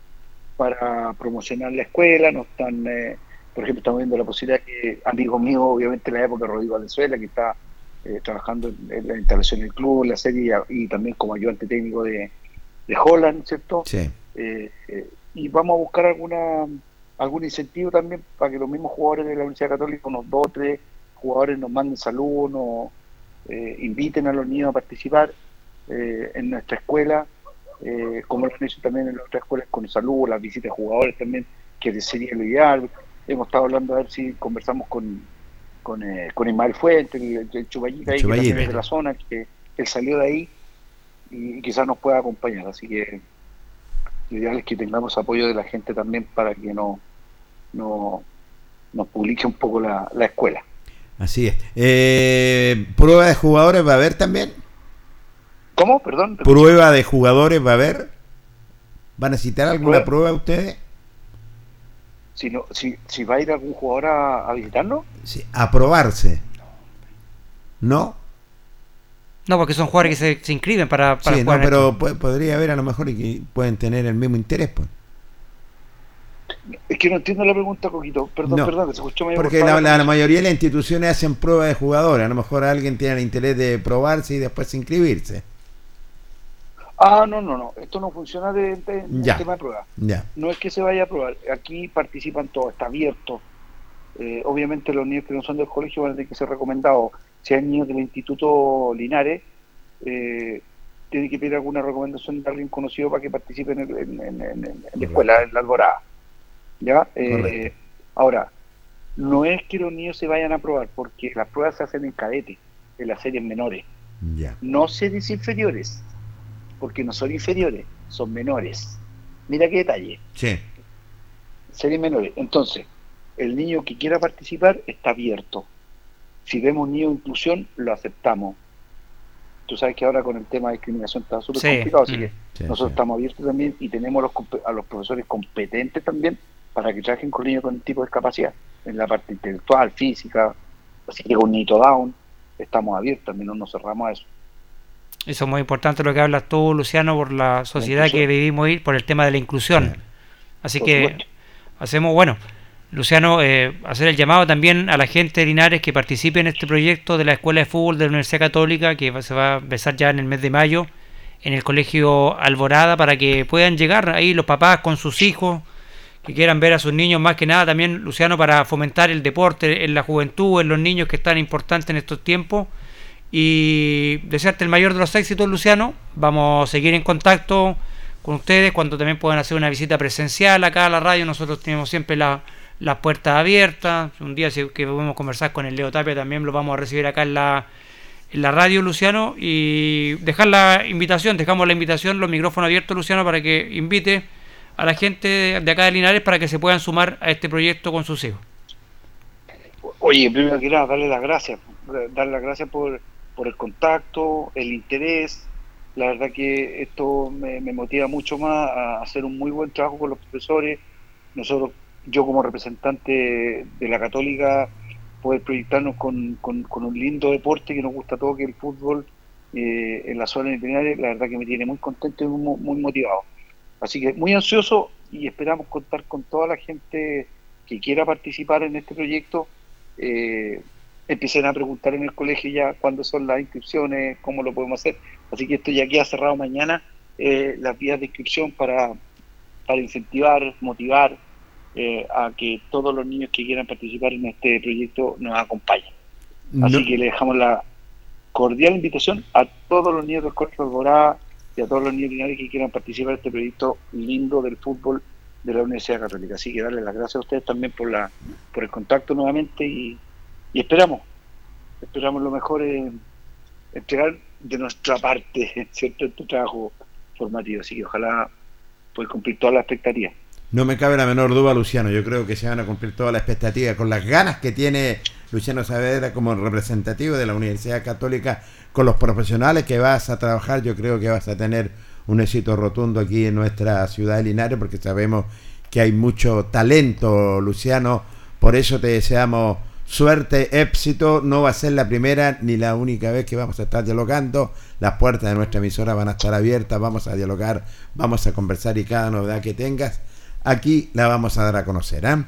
para promocionar la escuela, nos están, eh, por ejemplo, estamos viendo la posibilidad que amigos míos, obviamente en la época, Rodrigo Valenzuela, que está eh, trabajando en, en la instalación del club, en la serie, y también como ayudante técnico de, de Holland, ¿cierto? Sí. Eh, eh, y vamos a buscar alguna algún incentivo también para que los mismos jugadores de la Universidad Católica, unos dos o tres jugadores, nos manden saludos, nos eh, inviten a los niños a participar eh, en nuestra escuela, eh, como lo han hecho también en las otras escuelas con saludos, las visitas de jugadores también, que sería lo ideal. Hemos estado hablando a ver si conversamos con con, eh, con Ismael Fuentes, el, el Chubayita, ahí, que también es de la zona, que él salió de ahí y, y quizás nos pueda acompañar, así que lo ideal es que tengamos apoyo de la gente también para que no no nos publique un poco la, la escuela. Así es. Eh, ¿Prueba de jugadores va a haber también? ¿Cómo? Perdón. ¿Prueba de jugadores va a haber? ¿Van a citar alguna prueba, prueba ustedes? Si, no, si, si va a ir algún jugador a, a visitarnos. Sí, a probarse. ¿No? No, porque son jugadores que se, se inscriben para, para sí, jugar. No, pero puede, podría haber a lo mejor y que pueden tener el mismo interés, pues. Es que no entiendo la pregunta, Coquito. Perdón, no, perdón, que se escuchó medio porque la, la, la mayoría de las instituciones hacen pruebas de jugadores. A lo mejor alguien tiene el interés de probarse y después inscribirse. Ah, no, no, no. Esto no funciona de, de, de tema de prueba. Ya. No es que se vaya a probar. Aquí participan todos, está abierto. Eh, obviamente los niños que no son del colegio van a tener que ser recomendados. Si hay niños del Instituto Linares, eh, tiene que pedir alguna recomendación de alguien conocido para que participen en, en, en, en, en la escuela, en la Alborada. ¿Ya? Eh, ahora, no es que los niños se vayan a probar, porque las pruebas se hacen en cadete, en las series menores. Ya. No series inferiores, porque no son inferiores, son menores. Mira qué detalle. Sí. Series menores. Entonces, el niño que quiera participar está abierto. Si vemos niño de inclusión, lo aceptamos. Tú sabes que ahora con el tema de discriminación está súper sí. complicado, así mm. que sí, nosotros sí. estamos abiertos también y tenemos los, a los profesores competentes también para que trabajen con niños con tipo de discapacidad, en la parte intelectual, física, así que con Nito Down estamos abiertos, también no nos cerramos a eso. Eso es muy importante lo que hablas tú, Luciano, por la sociedad que vivimos y por el tema de la inclusión. Sí. Así por que supuesto. Hacemos, bueno, Luciano, eh, hacer el llamado también a la gente de Linares que participe en este proyecto de la Escuela de Fútbol de la Universidad Católica, que se va a empezar ya en el mes de mayo, en el Colegio Alborada, para que puedan llegar ahí los papás con sus hijos, que quieran ver a sus niños, más que nada también, Luciano, para fomentar el deporte en la juventud, en los niños que están importantes en estos tiempos. Y desearte el mayor de los éxitos, Luciano. Vamos a seguir en contacto con ustedes cuando también puedan hacer una visita presencial acá a la radio. Nosotros tenemos siempre la, las puertas abiertas. Un día si que podemos conversar con el Leo Tapia también lo vamos a recibir acá en la, en la radio, Luciano. Y dejar la invitación, dejamos la invitación, los micrófonos abiertos, Luciano, para que invite a la gente de acá de Linares para que se puedan sumar a este proyecto con sus hijos. Oye, primero que nada, darle las gracias, darle las gracias por, por el contacto, el interés. La verdad que esto me, me motiva mucho más a hacer un muy buen trabajo con los profesores. Nosotros, yo como representante de la Católica, poder proyectarnos con, con, con un lindo deporte que nos gusta todo, que es el fútbol, eh, en la zona de Linares, la verdad que me tiene muy contento y muy, muy motivado. Así que muy ansioso y esperamos contar con toda la gente que quiera participar en este proyecto. Eh, empiecen a preguntar en el colegio ya cuándo son las inscripciones, cómo lo podemos hacer. Así que esto ya queda cerrado mañana, eh, las vías de inscripción para, para incentivar, motivar eh, a que todos los niños que quieran participar en este proyecto nos acompañen. No. Así que le dejamos la cordial invitación a todos los niños del Colegio Alborada y a todos los niños Linares que quieran participar en este proyecto lindo del fútbol de la Universidad Católica. Así que darles las gracias a ustedes también por la por el contacto nuevamente y, y esperamos, esperamos lo mejor en entregar de nuestra parte, ¿cierto?, este trabajo formativo. Así que ojalá pueda cumplir todas las expectativas. No me cabe la menor duda, Luciano, yo creo que se van a cumplir todas las expectativas con las ganas que tiene Luciano Saavedra como representativo de la Universidad Católica, con los profesionales que vas a trabajar. Yo creo que vas a tener un éxito rotundo aquí en nuestra ciudad de Linares, porque sabemos que hay mucho talento, Luciano. Por eso te deseamos suerte, éxito. No va a ser la primera ni la única vez que vamos a estar dialogando. Las puertas de nuestra emisora van a estar abiertas, vamos a dialogar, vamos a conversar y cada novedad que tengas, aquí la vamos a dar a conocer, ¿eh?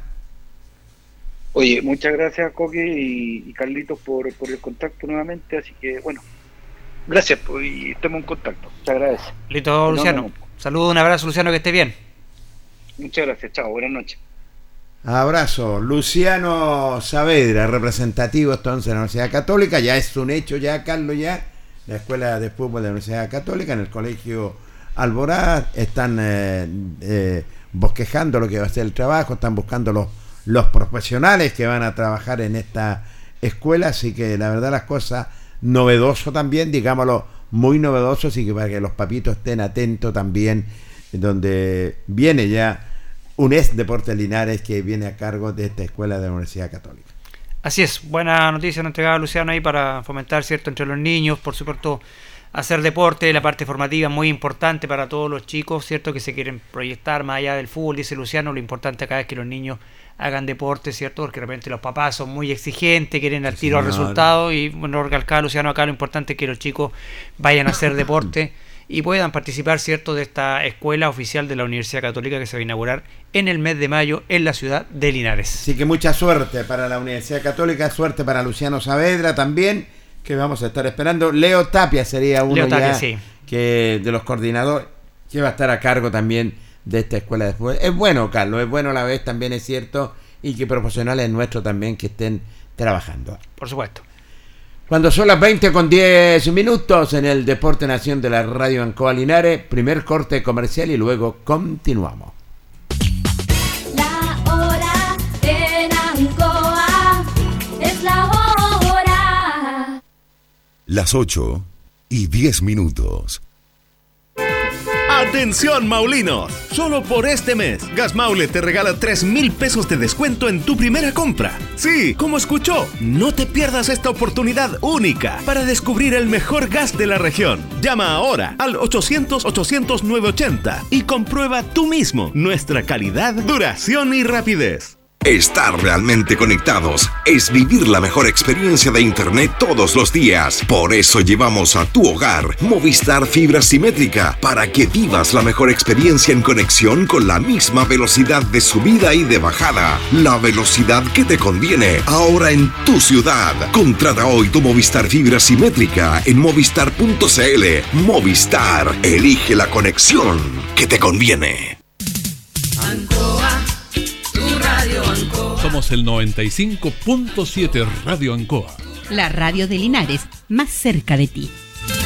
Oye, muchas gracias, Coque y, y Carlitos por, por el contacto nuevamente. Así que, bueno, gracias pues, y estemos en contacto. Te agradezco. Listo, Luciano. Saludos, un abrazo, Luciano, que esté bien. Muchas gracias, chao, buenas noches. Abrazo. Luciano Saavedra, representativo entonces de la Universidad Católica. Ya es un hecho, ya, Carlos, ya. La Escuela de Fútbol de la Universidad Católica en el Colegio Alborada están eh, eh, bosquejando lo que va a ser el trabajo, están buscando los, los profesionales que van a trabajar en esta escuela. Así que la verdad las cosas novedoso también, digámoslo, muy novedoso, así que para que los papitos estén atentos también, donde viene ya un ex Deportes Linares que viene a cargo de esta escuela de la Universidad Católica. Así es, buena noticia nos entregaba Luciano ahí para fomentar, cierto, entre los niños, por supuesto, hacer deporte, la parte formativa muy importante para todos los chicos, cierto, que se quieren proyectar más allá del fútbol, dice Luciano. Lo importante acá es que los niños hagan deporte, cierto, porque de repente los papás son muy exigentes, quieren al tiro resultados, y bueno, recalcaba Luciano acá, lo importante es que los chicos vayan a hacer deporte y puedan participar, cierto, de esta escuela oficial de la Universidad Católica que se va a inaugurar en el mes de mayo en la ciudad de Linares. Así que mucha suerte para la Universidad Católica, suerte para Luciano Saavedra también, que vamos a estar esperando. Leo Tapia sería uno Leo Tapia, ya sí. que de los coordinadores que va a estar a cargo también de esta escuela de fútbol. Es bueno, Carlos, es bueno a la vez, también es cierto, y que profesionales nuestros también que estén trabajando. Por supuesto. Cuando son las veinte con diez minutos en el Deporte Nación de la Radio Ancoa Linares, primer corte comercial y luego continuamos. La hora en Ancoa es la hora. Las ocho y diez minutos. Atención Maulinos, solo por este mes Gas Maule te regala tres mil pesos de descuento en tu primera compra. Sí, como escuchó, no te pierdas esta oportunidad única para descubrir el mejor gas de la región. Llama ahora al ochocientos, ochocientos, novecientos ochenta y comprueba tú mismo nuestra calidad, duración y rapidez. Estar realmente conectados es vivir la mejor experiencia de Internet todos los días. Por eso llevamos a tu hogar Movistar Fibra Simétrica, para que vivas la mejor experiencia en conexión con la misma velocidad de subida y de bajada. La velocidad que te conviene, ahora en tu ciudad. Contrata hoy tu Movistar Fibra Simétrica en movistar punto cl. Movistar, elige la conexión que te conviene. Somos el noventa y cinco punto siete Radio Ancoa. La radio de Linares, más cerca de ti.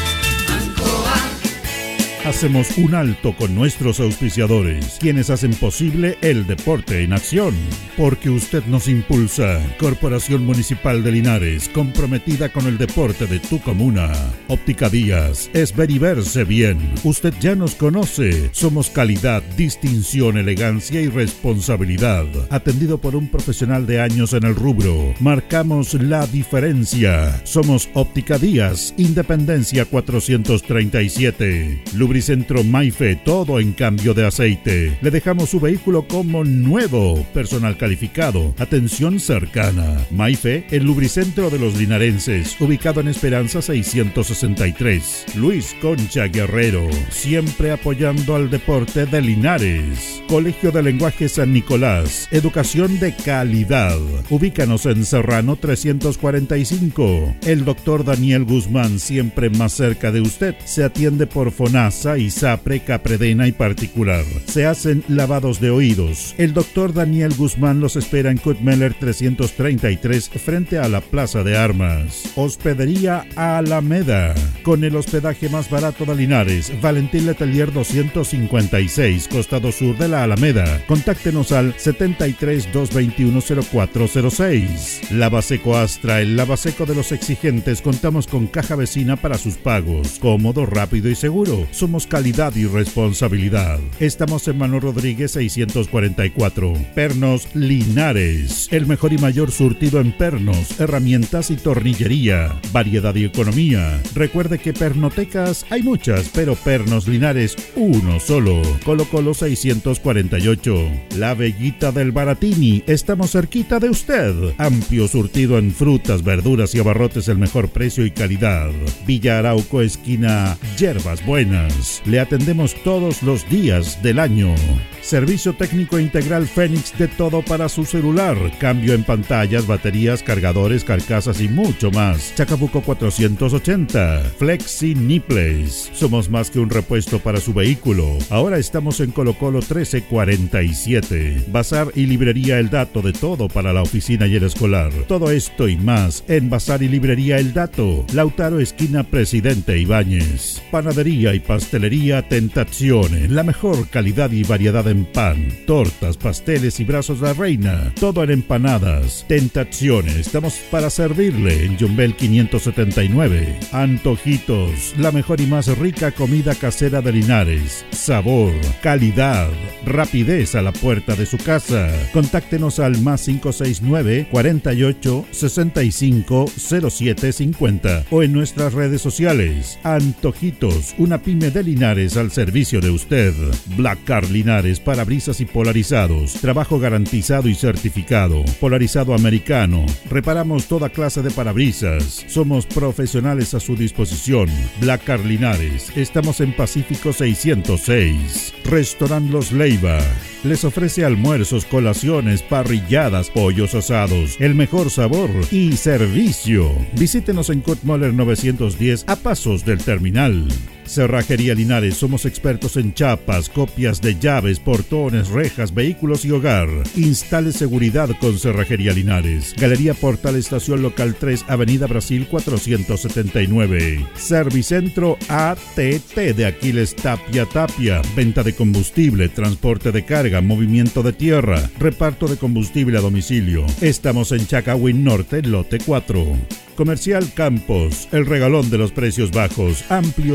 Hacemos un alto con nuestros auspiciadores, quienes hacen posible el deporte en acción. Porque usted nos impulsa. Corporación Municipal de Linares, comprometida con el deporte de tu comuna. Óptica Díaz, es ver y verse bien. Usted ya nos conoce. Somos calidad, distinción, elegancia y responsabilidad. Atendido por un profesional de años en el rubro. Marcamos la diferencia. Somos Óptica Díaz, Independencia cuatrocientos treinta y siete. Lubricentro Maife, todo en cambio de aceite. Le dejamos su vehículo como nuevo. Personal calificado, atención cercana. Maife, el lubricentro de los linarenses, ubicado en Esperanza seiscientos sesenta y tres. Luis Concha Guerrero, siempre apoyando al deporte de Linares. Colegio de Lenguaje San Nicolás, educación de calidad. Ubícanos en Serrano trescientos cuarenta y cinco. El doctor Daniel Guzmán, siempre más cerca de usted. Se atiende por FONASA, ISAPRE, Capredena y particular. Se hacen lavados de oídos. El doctor Daniel Guzmán los espera en Kutmeller trescientos treinta y tres, frente a la Plaza de Armas. Hospedería Alameda, con el hospedaje más barato de Linares. Valentín Letelier doscientos cincuenta y seis, costado sur de la Alameda. Contáctenos al setenta y tres, doscientos veintiuno, cero cuatro cero seis. Lavaseco Astra, el lavaseco de los exigentes. Contamos con caja vecina para sus pagos. Cómodo, rápido y seguro. Somos calidad y responsabilidad. Estamos en Manuel Rodríguez seiscientos cuarenta y cuatro. Pernos Linares, el mejor y mayor surtido en pernos, herramientas y tornillería, variedad y economía. Recuerde que pernotecas hay muchas, pero Pernos Linares uno solo. Colo Colo seiscientos cuarenta y ocho. La Bellita del Baratini, estamos cerquita de usted. Amplio surtido en frutas, verduras y abarrotes, el mejor precio y calidad. Villa Arauco, esquina Yerbas Buenas. Le atendemos todos los días del año. Servicio técnico integral Fénix, de todo para su celular. Cambio en pantallas, baterías, cargadores, carcasas y mucho más. Chacabuco cuatrocientos ochenta. Flexi Nipples. Somos más que un repuesto para su vehículo. Ahora estamos en Colo Colo trece cuarenta y siete. Bazar y librería El Dato, de todo para la oficina y el escolar. Todo esto y más en Bazar y librería El Dato. Lautaro, esquina Presidente Ibáñez. Panadería y pastelería Tentazione. La mejor calidad y variedad en pan, tortas, pasteles y brazos de la reina. Todo en empanadas. Tentazione, estamos para servirle en Yumbel quinientos setenta y nueve. Antojitos, la mejor y más rica comida casera de Linares. Sabor, calidad, rapidez a la puerta de su casa. Contáctenos al más cinco seis nueve, cuarenta y ocho, sesenta y cinco, cero siete cincuenta o en nuestras redes sociales. Antojitos, una pyme de Linares al servicio de usted. Black Car Linares, parabrisas y polarizados. Trabajo garantizado y certificado. Polarizado americano. Reparamos toda clase de parabrisas. Somos profesionales a su disposición. Black Car Linares. Estamos en Pacífico seiscientos seis. Restaurant Los Leiva les ofrece almuerzos, colaciones, parrilladas, pollos asados, el mejor sabor y servicio. Visítenos en Kutmoller novecientos diez, a pasos del terminal. Cerrajería Linares, somos expertos en chapas, copias de llaves, portones, rejas, vehículos y hogar. Instale seguridad con Cerrajería Linares. Galería Portal, Estación Local tres, Avenida Brasil cuatrocientos setenta y nueve. Servicentro A T T de Aquiles Tapia Tapia. Venta de combustible, transporte de carga, movimiento de tierra, reparto de combustible a domicilio. Estamos en Chacawin Norte, lote cuatro. Comercial Campos, el regalón de los precios bajos, amplio surtido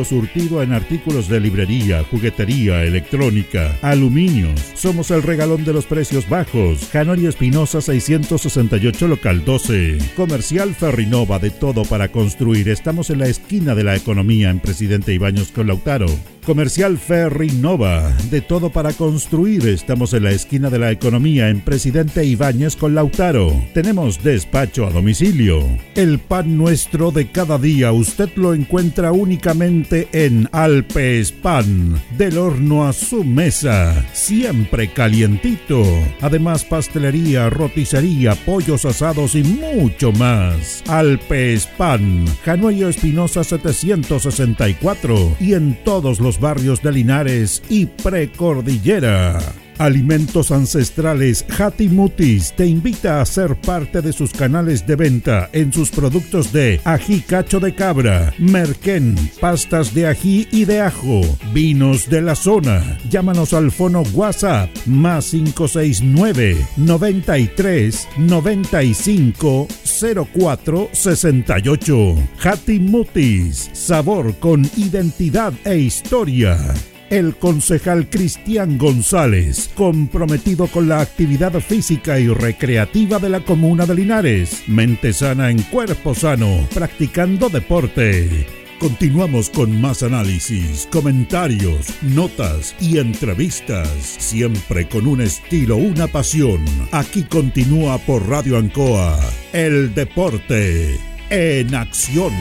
Surtido en artículos de librería, juguetería, electrónica, aluminios. Somos el regalón de los precios bajos. Janorio Espinosa seiscientos sesenta y ocho, local doce. Comercial Ferrinova, de todo para construir. Estamos en la esquina de la economía en Presidente Ibáñez con Lautaro. Comercial Ferrinova, de todo para construir. Estamos en la esquina de la economía en Presidente Ibáñez con Lautaro. Tenemos despacho a domicilio. El pan nuestro de cada día usted lo encuentra únicamente en Alpes Pan. Del horno a su mesa, siempre calientito. Además, pastelería, roticería, pollos asados y mucho más. Alpes Pan, Januario Espinosa setecientos sesenta y cuatro, y en todos los barrios de Linares y Precordillera. Alimentos Ancestrales Hatimutis te invita a ser parte de sus canales de venta en sus productos de ají cacho de cabra, merquén, pastas de ají y de ajo, vinos de la zona. Llámanos al fono WhatsApp más cinco seis nueve, noventa y tres, noventa y cinco, cero cuatro sesenta y ocho. Hatimutis, sabor con identidad e historia. El concejal Cristian González, comprometido con la actividad física y recreativa de la comuna de Linares. Mente sana en cuerpo sano, practicando deporte. Continuamos con más análisis, comentarios, notas y entrevistas, siempre con un estilo, una pasión. Aquí continúa por Radio Ancoa, el deporte en acción.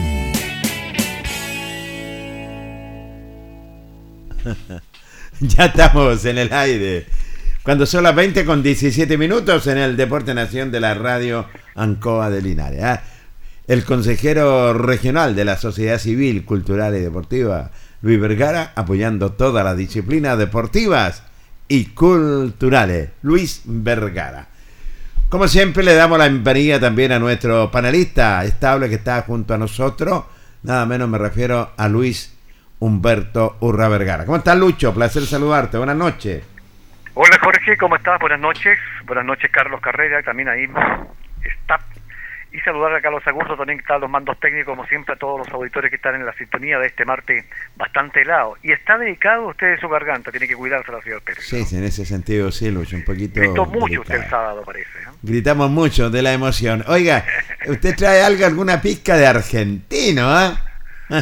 Ya estamos en el aire. Cuando son las veinte con diecisiete minutos en el Deporte Nación de la Radio Ancoa de Linares. ¿eh? El consejero regional de la Sociedad Civil, Cultural y Deportiva, Luis Vergara, apoyando todas las disciplinas deportivas y culturales. Luis Vergara. Como siempre, le damos la bienvenida también a nuestro panelista estable que está junto a nosotros. Nada menos me refiero a Luis Humberto Urra Vergara. ¿Cómo estás, Lucho? Placer saludarte. Buenas noches. Hola, Jorge. ¿Cómo estás? Buenas noches. Buenas noches, Carlos Carrera. También ahí está. Y saludar a Carlos Agurto, también que está a los mandos técnicos, como siempre, a todos los auditores que están en la sintonía de este martes bastante helado. Y está dedicado usted de su garganta. Tiene que cuidarse la señor Pérez. Sí, ¿no? Sí, en ese sentido, sí, Lucho. Un poquito. Gritó mucho delicado. Usted el sábado, parece. ¿no? Gritamos mucho de la emoción. Oiga, ¿usted trae algo, alguna pizca de argentino, ah? ¿eh?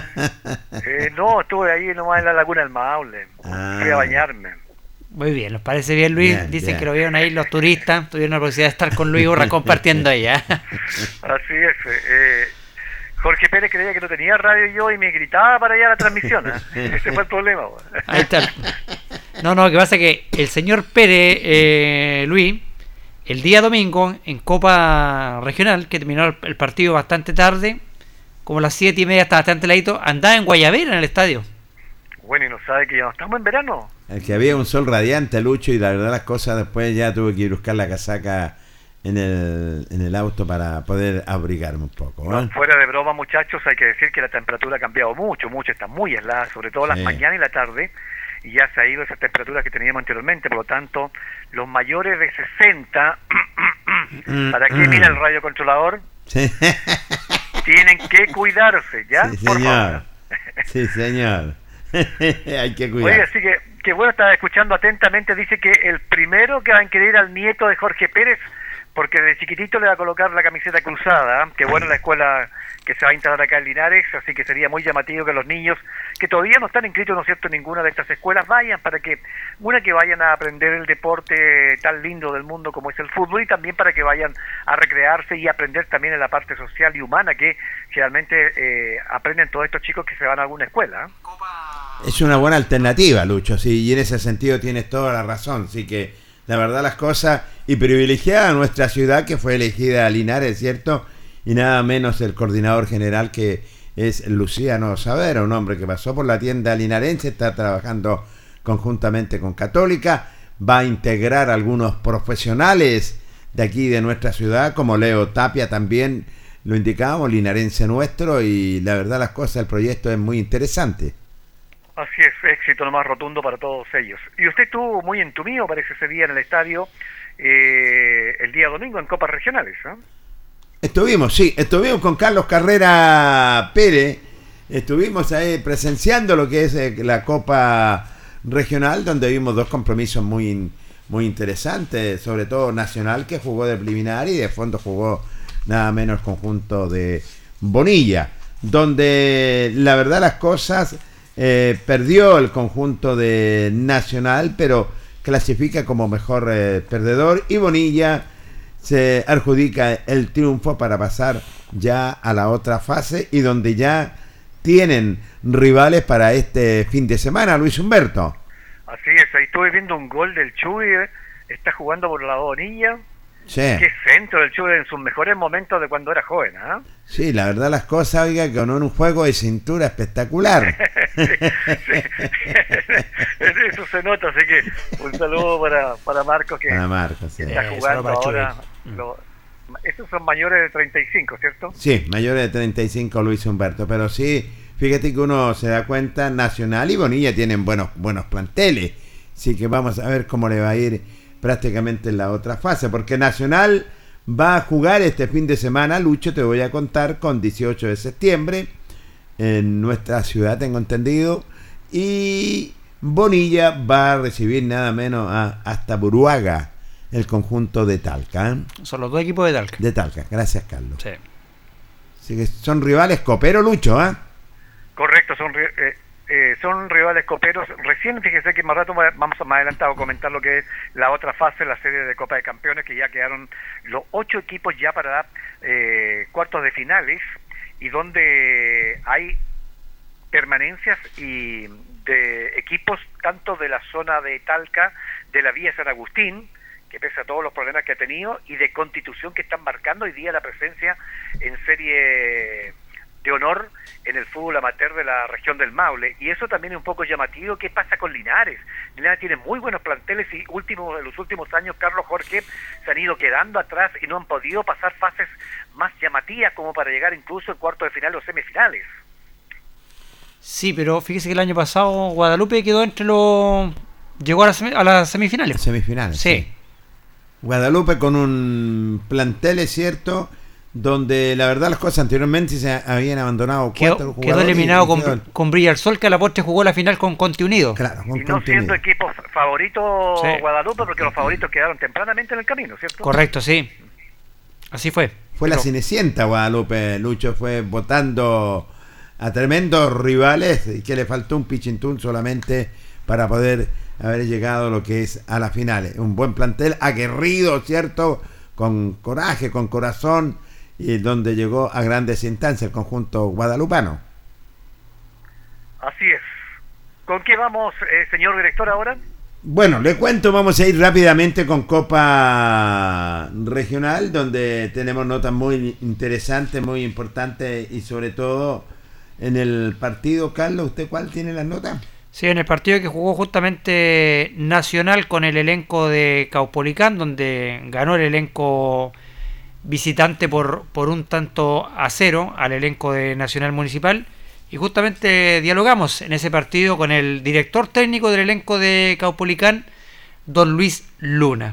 eh, no, estuve ahí nomás en la Laguna del Maule. Ah. Fui a bañarme. Muy bien, ¿nos parece bien, Luis? Bien, Dicen bien. que lo vieron ahí los turistas, tuvieron la posibilidad de estar con Luis Urra compartiendo ella. Así es. Eh, Jorge Pérez creía que no tenía radio yo y me gritaba para allá la transmisión. ¿eh? Ese fue el problema. Ahí está. No, no, lo que pasa es que el señor Pérez, eh, Luis, el día domingo, en Copa Regional, que terminó el, el partido bastante tarde, como a las siete y media, hasta bastante ladito, andaba en Guayabera en el estadio. Bueno, y no sabe que ya no estamos en verano. El que había un sol radiante, Lucho, y la verdad las cosas después ya tuve que ir a buscar la casaca en el, en el auto para poder abrigarme un poco. ¿eh? No, fuera de broma, muchachos, hay que decir que la temperatura ha cambiado mucho, mucho, está muy helada, sobre todo las Sí. mañanas y la tarde, y ya se ha ido esa temperatura que teníamos anteriormente, por lo tanto, los mayores de sesenta, ¿para qué mira el radio controlador? Sí. Tienen que cuidarse, ¿ya? Sí, Por señor. favor. Sí, señor. Hay que Oye, cuidar. así que, que bueno, estaba escuchando atentamente, dice que el primero que va a querer al nieto de Jorge Pérez, porque de chiquitito le va a colocar la camiseta cruzada, ¿eh? Que bueno la escuela que se va a instalar acá en Linares, así que sería muy llamativo que los niños que todavía no están inscritos, ¿no es cierto?, en ninguna de estas escuelas, vayan para que, una, que vayan a aprender el deporte tan lindo del mundo como es el fútbol, y también para que vayan a recrearse y aprender también en la parte social y humana que generalmente eh, aprenden todos estos chicos que se van a alguna escuela. ¿eh? Es una buena alternativa, Lucho, sí, y en ese sentido tienes toda la razón, así que la verdad las cosas, y privilegiada nuestra ciudad que fue elegida a Linares, ¿cierto? Y nada menos el coordinador general que es Luciano Savera, un hombre que pasó por la tienda linarense, está trabajando conjuntamente con Católica, va a integrar algunos profesionales de aquí de nuestra ciudad, como Leo Tapia también lo indicábamos, linarense nuestro, y la verdad las cosas, el proyecto es muy interesante. Así es, éxito nomás rotundo para todos ellos. Y usted estuvo muy entumido, parece, ese día en el estadio, eh, el día domingo en Copas Regionales, ¿eh? Estuvimos, sí, estuvimos con Carlos Carrera Pérez, estuvimos ahí presenciando lo que es eh, la Copa Regional, donde vimos dos compromisos muy, muy interesantes, sobre todo Nacional, que jugó de preliminar, y de fondo jugó nada menos el conjunto de Bonilla, donde la verdad las cosas eh, perdió el conjunto de Nacional, pero clasifica como mejor eh, perdedor, y Bonilla se adjudica el triunfo para pasar ya a la otra fase, y donde ya tienen rivales para este fin de semana. Luis Humberto. Así es, ahí estuve viendo un gol del Chuy, eh, está jugando por la Bonilla. Sí. Qué centro del Chuy en sus mejores momentos de cuando era joven, ¿ah? ¿eh? Sí, la verdad las cosas, oiga, que con un juego de cintura espectacular. sí, sí. Eso se nota, así que un saludo para, para Marcos, que, para Marcos, sí. que está jugando eh, ahora. Lo, esos son mayores de treinta y cinco, ¿cierto? Sí, mayores de treinta y cinco, Luis Humberto, pero sí, fíjate que uno se da cuenta, Nacional y Bonilla tienen buenos, buenos planteles, así que vamos a ver cómo le va a ir prácticamente en la otra fase, porque Nacional va a jugar este fin de semana, Lucho, te voy a contar, con dieciocho de septiembre en nuestra ciudad, tengo entendido, y Bonilla va a recibir nada menos a, hasta Buruaga, el conjunto de Talca. ¿eh? Son los dos equipos de Talca. De Talca, gracias Carlos. Sí. Así que son rivales copero, Lucho, ¿ah? ¿eh? Correcto, son eh, eh, son rivales coperos. Recién, fíjese que más rato vamos a más adelantado a comentar lo que es la otra fase, la serie de Copa de Campeones, que ya quedaron los ocho equipos ya para eh, cuartos de finales, y donde hay permanencias y de equipos tanto de la zona de Talca, de la Villa San Agustín, que pese a todos los problemas que ha tenido, y de Constitución, que están marcando hoy día la presencia en serie de honor en el fútbol amateur de la región del Maule. Y eso también es un poco llamativo. ¿Qué pasa con Linares? Linares tiene muy buenos planteles, y último, en los últimos años, Carlos, Jorge, se han ido quedando atrás y no han podido pasar fases más llamativas como para llegar incluso en cuartos de final o semifinales. Sí, pero fíjese que el año pasado Guadalupe quedó entre los... llegó a las, semi... a las semifinales. Semifinales, sí. sí. Guadalupe con un plantel, es cierto, donde la verdad las cosas anteriormente se habían abandonado quedó, cuatro jugadores. Quedó eliminado con, quedó... con Brilla el Sol, que a la postre jugó la final con Conti Unido. Claro, con y no Conti siendo Unido. equipos favoritos, sí. Guadalupe, porque los favoritos quedaron tempranamente en el camino, ¿cierto? Correcto, sí. Así fue. Fue Pero... la Cenicienta Guadalupe, Lucho, fue votando a tremendos rivales, y que le faltó un pichintún solamente para poder haber llegado a lo que es a las finales. Un buen plantel, aguerrido, ¿cierto? Con coraje, con corazón, y donde llegó a grandes instancias el conjunto guadalupano. Así es. ¿Con qué vamos, eh, señor director, ahora? Bueno, le cuento, vamos a ir rápidamente con Copa Regional, donde tenemos notas muy interesantes, muy importantes, y sobre todo en el partido. Carlos, ¿usted cuál tiene las notas? Sí, en el partido que jugó justamente Nacional con el elenco de Caupolicán, donde ganó el elenco visitante por, por un tanto a cero al elenco de Nacional Municipal, y justamente dialogamos en ese partido con el director técnico del elenco de Caupolicán, don Luis Luna.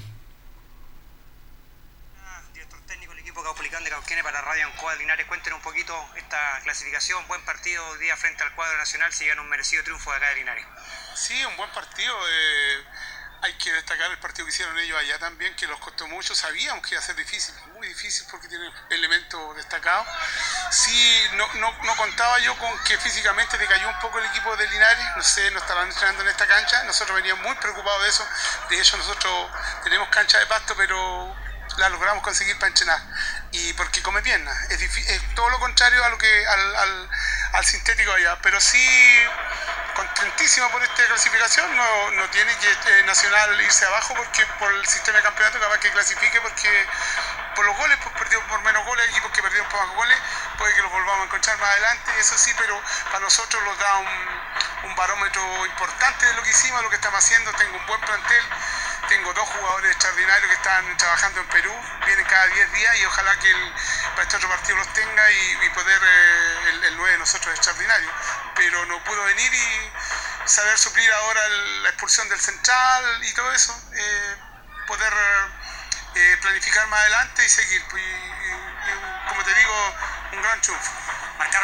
Director técnico del equipo Caupolicán de Cauquenes para Radio Ancoa de Linares, cuéntenos un poquito esta clasificación, buen partido hoy día frente al cuadro nacional, si gana un merecido triunfo de acá de Linares. Sí, un buen partido, eh, hay que destacar el partido que hicieron ellos allá también, que los costó mucho, sabíamos que iba a ser difícil, muy difícil porque tienen elementos destacados. Sí, no, no, no contaba yo con que físicamente decayó un poco el equipo de Linares, no sé, no estaban entrenando en esta cancha, nosotros veníamos muy preocupados de eso, de hecho nosotros tenemos cancha de pasto, pero la logramos conseguir para entrenar, y porque come piernas, es, es todo lo contrario a lo que al, al, al sintético allá, pero sí contentísima por esta clasificación. No, no tiene que eh, Nacional irse abajo porque por el sistema de campeonato, capaz que clasifique, porque por los goles, pues perdió por menos goles, equipos que perdieron por más goles, puede que los volvamos a encontrar más adelante, eso sí, pero para nosotros nos da un, un barómetro importante de lo que hicimos, lo que estamos haciendo. Tengo un buen plantel, tengo dos jugadores extraordinarios que están trabajando en Perú, vienen cada diez días, y ojalá que el, para este otro partido los tenga, y, y poder, eh, el, el nueve de nosotros es extraordinario, pero no pudo venir, y saber suplir ahora el, la expulsión del central y todo eso, eh, poder eh, planificar más adelante y seguir, pues, y, y, y, como te digo, un gran triunfo. Marcaron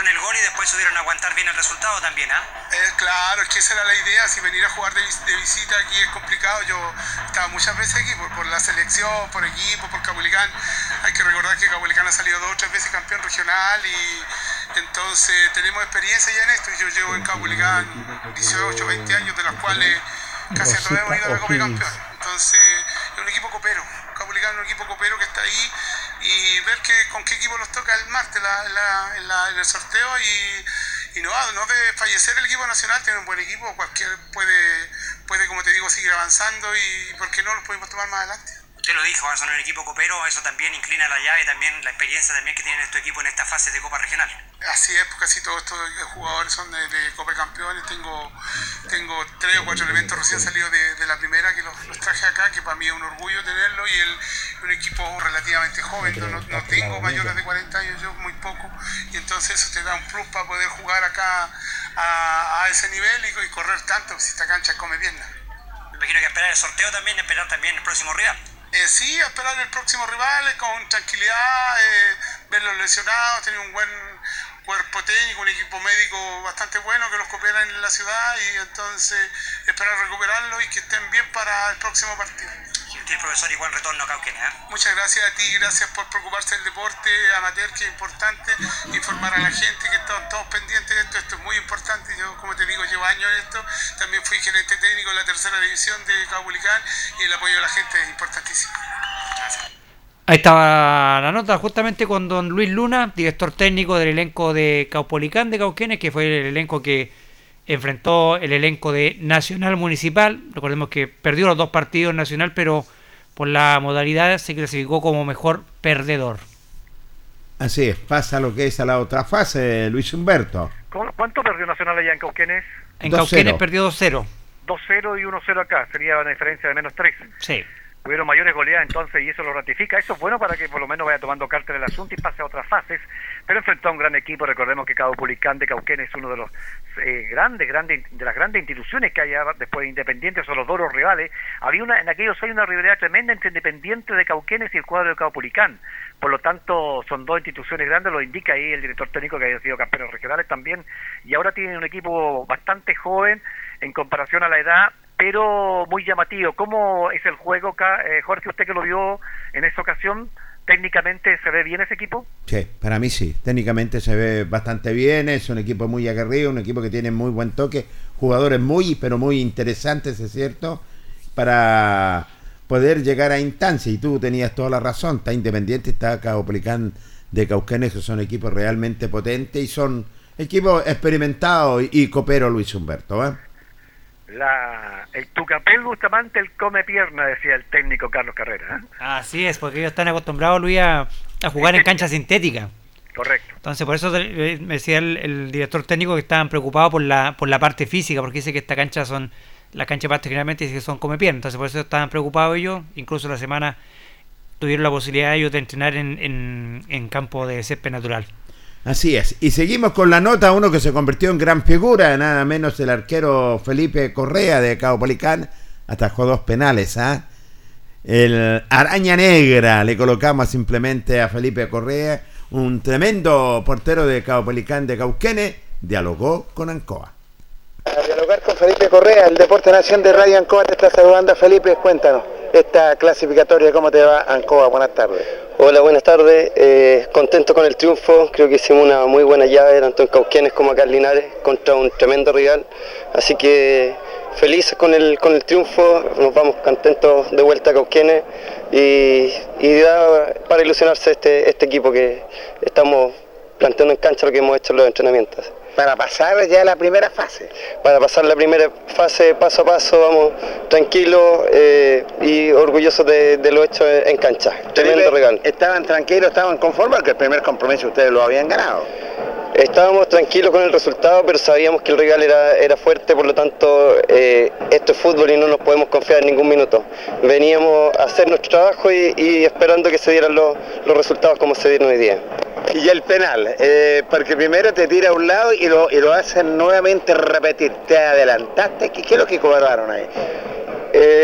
encontraron el gol y después supieron aguantar bien el resultado también, ¿ah? ¿eh? Eh, claro, es que esa era la idea. Si venir a jugar de, de visita aquí es complicado. Yo estaba muchas veces aquí por, por la selección, por equipo, por Caupolicán. Hay que recordar que Caupolicán ha salido dos o tres veces campeón regional y entonces tenemos experiencia ya en esto. Yo llevo en Caupolicán dieciocho, veinte años, de los cuales casi a todos hemos ido a la Copa de Campeón. Entonces es un equipo copero. Caupolicán es un equipo copero que está ahí, y ver que con qué equipo los toca el martes la, la, en, la, en el sorteo, y, y no, no debe fallecer el equipo nacional. Tiene un buen equipo, cualquier puede, puede, como te digo, seguir avanzando, y por qué no los podemos tomar más adelante. Usted lo dijo, son un equipo copero, eso también inclina la llave, también la experiencia también que tienen estos equipos en esta fase de Copa Regional. Así es, porque casi todos estos jugadores son de, de Copa de Campeones. Tengo, tengo tres o cuatro elementos recién salidos de, de la primera que los, los traje acá, que para mí es un orgullo tenerlo, y el, un equipo relativamente joven. No, no tengo mayores de cuarenta años, yo muy poco, y entonces eso te da un plus para poder jugar acá a, a ese nivel y, y correr tanto, si esta cancha come pierna. Me imagino que esperar el sorteo también, esperar también el próximo rival. Eh, sí, a esperar el próximo rival eh, con tranquilidad, eh, ver los lesionados, tener un buen cuerpo técnico, un equipo médico bastante bueno que los coopera en la ciudad, y entonces esperar recuperarlos y que estén bien para el próximo partido. Gentil profesor y buen retorno a Cauquenes, ¿eh? Muchas gracias a ti, gracias por preocuparse del deporte amateur, que es importante, informar a la gente que están todos pendientes de esto. Esto es muy importante. Yo, como te digo, llevo años en esto, también fui gerente técnico en la tercera división de Caupolicán, y el apoyo de la gente es importantísimo. Gracias. Ahí estaba la nota justamente con don Luis Luna, director técnico del elenco de Caupolicán de Cauquenes, que fue el elenco que enfrentó el elenco de Nacional Municipal. Recordemos que perdió los dos partidos Nacional, pero por la modalidad se clasificó como mejor perdedor. Así es, pasa lo que es a la otra fase, Luis Humberto. ¿Cuánto perdió Nacional allá en Cauquenes? En Cauquenes perdió dos cero. dos cero y uno cero acá, sería una diferencia de menos tres. Sí. Tuvieron mayores goleadas entonces, y eso lo ratifica. Eso es bueno para que por lo menos vaya tomando carta en el asunto y pase a otras fases, pero enfrentó a un gran equipo. Recordemos que Caupolicán de Cauquenes es uno de los eh, grandes, grandes, de las grandes instituciones que hay después de Independiente, son los dos rivales. Había una, en aquellos años una rivalidad tremenda entre Independiente de Cauquenes y el cuadro de Caupolicán. Por lo tanto, son dos instituciones grandes, lo indica ahí el director técnico, que había sido campeones regionales también, y ahora tienen un equipo bastante joven en comparación a la edad, pero muy llamativo. ¿Cómo es el juego, eh, Jorge, usted que lo vio en esta ocasión? ¿Técnicamente se ve bien ese equipo? Sí, para mí sí, técnicamente se ve bastante bien, es un equipo muy aguerrido, un equipo que tiene muy buen toque, jugadores muy, pero muy interesantes, es cierto, para poder llegar a instancias, y tú tenías toda la razón, está Independiente, está Caupolicán de Cauquenes, que son equipos realmente potentes y son equipos experimentados y, y copero, Luis Humberto, ¿eh? La, el Tucapel Bustamante, el come pierna, decía el técnico Carlos Carrera, ¿eh? Así es, porque ellos están acostumbrados, Luis, a, a jugar en cancha sintética. Correcto. Entonces, por eso me decía el, el director técnico que estaban preocupados por la por la parte física, porque dice que esta cancha son, las canchas pastas generalmente dice que son come pierna, entonces por eso estaban preocupados ellos. Incluso la semana tuvieron la posibilidad ellos de entrenar en, en, en campo de césped natural. Así es, y seguimos con la nota, uno que se convirtió en gran figura, nada menos el arquero Felipe Correa de Caupolicán, atajó dos penales, ¿ah? ¿eh? El araña negra le colocamos simplemente a Felipe Correa, un tremendo portero de Caupolicán de Cauquenes, dialogó con Ancoa. A dialogar con Felipe Correa, el Deporte Nación de Radio Ancoa te está saludando. Felipe, cuéntanos esta clasificatoria, ¿cómo te va, Ancoa? Buenas tardes. Hola, buenas tardes, eh, contento con el triunfo, creo que hicimos una muy buena llave, tanto en Cauquenes como acá en Linares, contra un tremendo rival, así que felices con el, con el triunfo, nos vamos contentos de vuelta a Cauquenes, y, y da para ilusionarse este, este equipo que estamos planteando en cancha, lo que hemos hecho en los entrenamientos. Para pasar ya la primera fase. Para pasar la primera fase paso a paso, vamos tranquilos eh, y orgullosos de, de lo hecho en cancha. Tremendo regalo. ¿Estaban tranquilos, estaban conformes porque el primer compromiso ustedes lo habían ganado? Estábamos tranquilos con el resultado, pero sabíamos que el rival era, era fuerte, por lo tanto eh, esto es fútbol y no nos podemos confiar en ningún minuto. Veníamos a hacer nuestro trabajo y, y esperando que se dieran los, los resultados como se dieron hoy día. Y el penal, eh, porque primero te tira a un lado y lo, y lo hacen nuevamente repetir. ¿Te adelantaste? ¿Qué, qué es lo que cobraron ahí? El,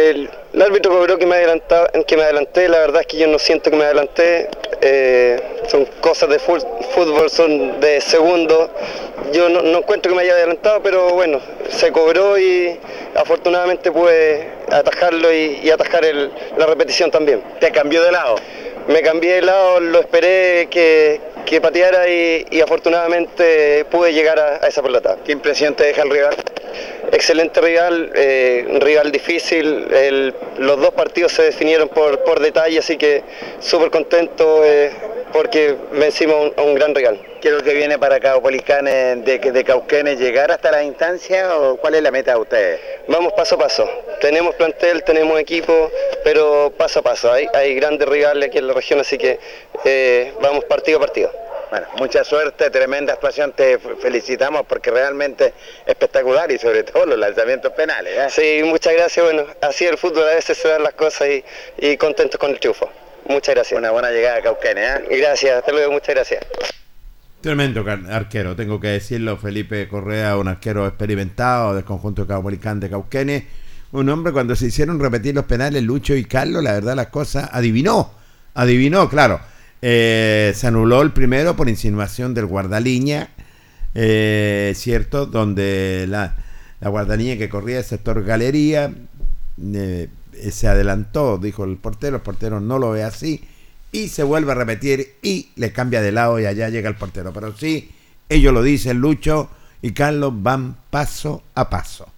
El árbitro cobró que me, adelantaba, que me adelanté, la verdad es que yo no siento que me adelanté, eh, son cosas de fútbol, son de segundos, yo no, no encuentro que me haya adelantado, pero bueno, se cobró y afortunadamente pude atajarlo y, y atajar el, la repetición también. ¿Te cambió de lado? Me cambié de lado, lo esperé que, que pateara y, y afortunadamente pude llegar a, a esa pelota. ¿Qué impresión te deja el rival? Excelente rival, eh, un rival difícil, el, los dos partidos se definieron por, por detalle, así que súper contento eh, porque vencimos a un, a un gran rival. ¿Qué es lo que viene para Caupolicán de, de Cauquenes? ¿Llegar hasta la instancia o cuál es la meta de ustedes? Vamos paso a paso, tenemos plantel, tenemos equipo, pero paso a paso, hay, hay grandes rivales aquí en la región, así que eh, vamos partido a partido. Bueno, mucha suerte, tremenda actuación, te felicitamos porque realmente espectacular y sobre todo los lanzamientos penales. ¿eh? Sí, muchas gracias, bueno, así el fútbol a veces se dan las cosas y, y contentos con el triunfo. Muchas gracias. Una buena llegada a Cauquenes. ¿eh? Gracias, hasta luego, muchas gracias. Tremendo arquero, tengo que decirlo, Felipe Correa, un arquero experimentado del conjunto Caupolicán de Cauquenes. Un hombre, cuando se hicieron repetir los penales, Lucho y Carlos, la verdad las cosas, adivinó, adivinó, claro. Eh, se anuló el primero por insinuación del guardalínea, eh, cierto, donde la, la guardalínea que corría el sector galería eh, se adelantó, dijo el portero, el portero no lo ve así y se vuelve a repetir y le cambia de lado y allá llega el portero, pero sí, ellos lo dicen, Lucho y Carlos van paso a paso.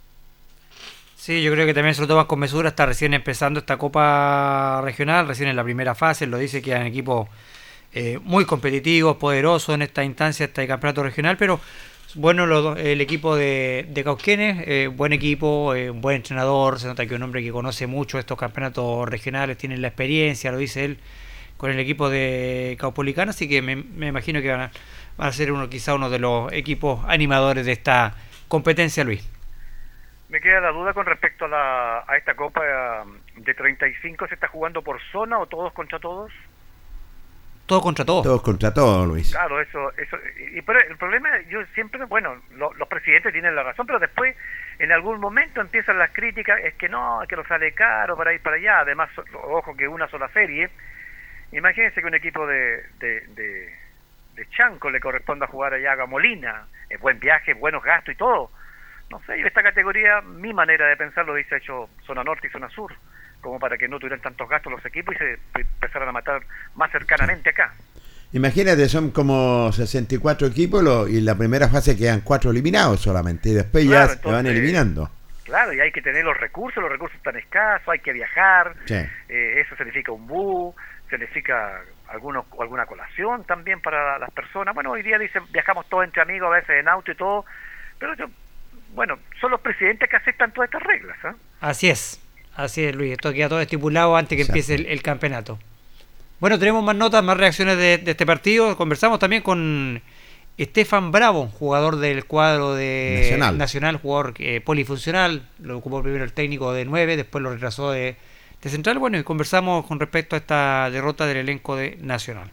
Sí, yo creo que también se lo toman con mesura, está recién empezando esta Copa Regional, recién en la primera fase, lo dice que hay un equipo eh, muy competitivo, poderoso en esta instancia, este campeonato regional, pero bueno, lo, el equipo de, de Cauquenes, eh, buen equipo, eh, buen entrenador, se nota que es un hombre que conoce mucho estos campeonatos regionales, tiene la experiencia, lo dice él, con el equipo de Caupolicán, así que me, me imagino que van a, van a ser uno, quizá uno de los equipos animadores de esta competencia, Luis. Me queda la duda con respecto a, la, a esta Copa de treinta y cinco, ¿se está jugando por zona o todos contra todos? Todos contra todos. Todos contra todos, Luis. Claro, eso, eso. Y, pero el problema, yo siempre, bueno, lo, los presidentes tienen la razón, pero después, en algún momento empiezan las críticas, es que no, que nos sale caro para ir para allá, además, ojo que una sola serie. Imagínense que un equipo de, de, de, de Chanco le corresponda jugar allá a Molina, es buen viaje, buenos gastos y todo. No sé, yo esta categoría, mi manera de pensar lo dice hecho zona norte y zona sur, como para que no tuvieran tantos gastos los equipos y se empezaran a matar más cercanamente acá. Imagínate, son como sesenta y cuatro equipos lo, y la primera fase quedan cuatro eliminados solamente y después claro, ya entonces, se van eliminando. Claro, y hay que tener los recursos, los recursos están escasos, hay que viajar, sí. eh, eso significa un bus, significa algunos, alguna colación también para las personas. Bueno, hoy día dicen viajamos todos entre amigos, a veces en auto y todo, pero yo... Bueno, son los presidentes que aceptan todas estas reglas. ¿eh? Así es, así es, Luis. Esto queda todo estipulado antes que empiece el, el campeonato. Bueno, tenemos más notas, más reacciones de, de este partido. Conversamos también con Estefan Bravo, jugador del cuadro de Nacional, Nacional jugador eh, polifuncional. Lo ocupó primero el técnico de nueve, después lo retrasó de, de central. Bueno, y conversamos con respecto a esta derrota del elenco de Nacional.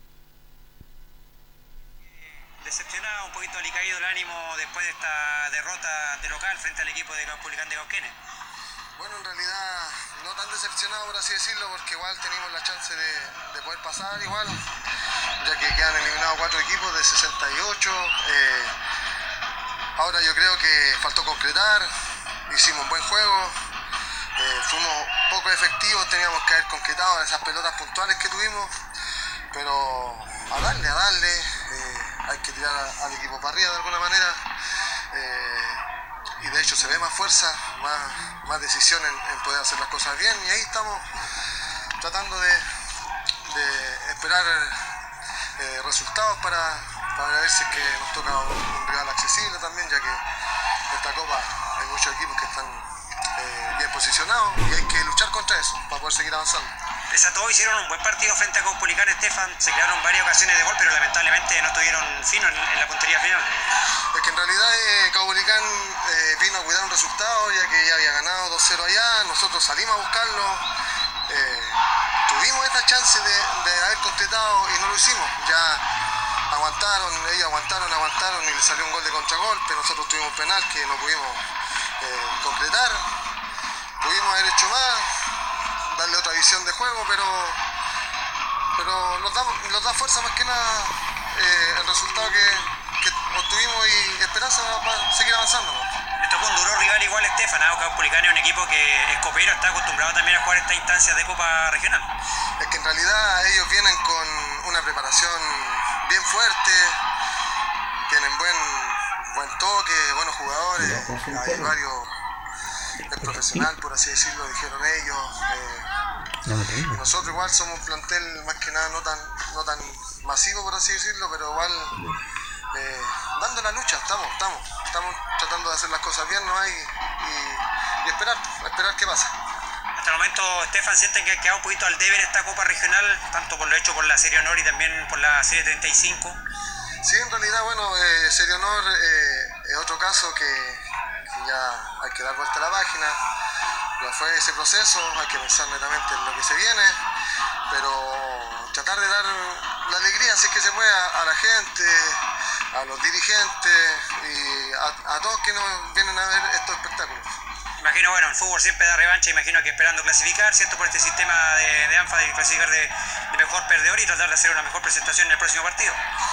Decepcionado, un poquito alicaído el ánimo después de esta derrota de local frente al equipo de Caupolicán de Cauquenes. Bueno, en realidad no tan decepcionado por así decirlo, porque igual teníamos la chance de, de poder pasar igual, ya que quedan eliminados cuatro equipos de sesenta y ocho. Eh, ahora yo creo que faltó concretar, hicimos un buen juego, eh, fuimos poco efectivos, teníamos que haber concretado esas pelotas puntuales que tuvimos, pero a darle, a darle, eh, hay que tirar al equipo para arriba de alguna manera, eh, y de hecho se ve más fuerza, más, más decisión en, en poder hacer las cosas bien, y ahí estamos tratando de, de esperar eh, resultados para, para ver si es que nos toca un, un rival accesible también, ya que en esta Copa hay muchos equipos que están eh, bien posicionados y hay que luchar contra eso para poder seguir avanzando. Pese a todo, hicieron un buen partido frente a Caupolicán, Estefan. Se crearon varias ocasiones de gol, pero lamentablemente no tuvieron fino en, en la puntería final. Es que en realidad eh, Caupolicán eh, vino a cuidar un resultado, ya que ya había ganado dos cero allá. Nosotros salimos a buscarlo. Eh, tuvimos esta chance de, de haber concretado y no lo hicimos. Ya aguantaron, ellos aguantaron, aguantaron y le salió un gol de contragolpe. Nosotros tuvimos penal que no pudimos eh, concretar. pudimos haber hecho más, darle otra visión de juego, pero, pero nos, da, nos da fuerza más que nada eh, el resultado que, que obtuvimos y esperanza para seguir avanzando. Esto fue un duro rival igual, Estefan, ¿eh? Caupolicán es un equipo que es copero, está acostumbrado también a jugar estas instancias de Copa Regional. Es que en realidad ellos vienen con una preparación bien fuerte, tienen buen, buen toque, buenos jugadores, hay varios, es profesional por así decirlo, dijeron ellos. Eh, y nosotros igual somos un plantel más que nada no tan, no tan masivo por así decirlo, pero igual eh, dando la lucha, estamos, estamos, estamos tratando de hacer las cosas bien, ¿no? hay y, y esperar, esperar qué pasa. Hasta el momento, Estefan, ¿sienten que ha quedado un poquito al debe en esta Copa Regional, tanto por lo hecho por la Serie Honor y también por la Serie treinta y cinco? Sí, en realidad, bueno, eh, Serie Honor eh, es otro caso que, que ya hay que dar vuelta a la página. Ya fue ese proceso, hay que pensar netamente en lo que se viene, pero tratar de dar la alegría, si es que se puede, a, a la gente, a los dirigentes y a, a todos que nos vienen a ver estos espectáculos. Imagino, bueno, el fútbol siempre da revancha, imagino que esperando clasificar, ¿cierto? Por este sistema de, de ANFA de clasificar de, de mejor perdedor y tratar de hacer una mejor presentación en el próximo partido.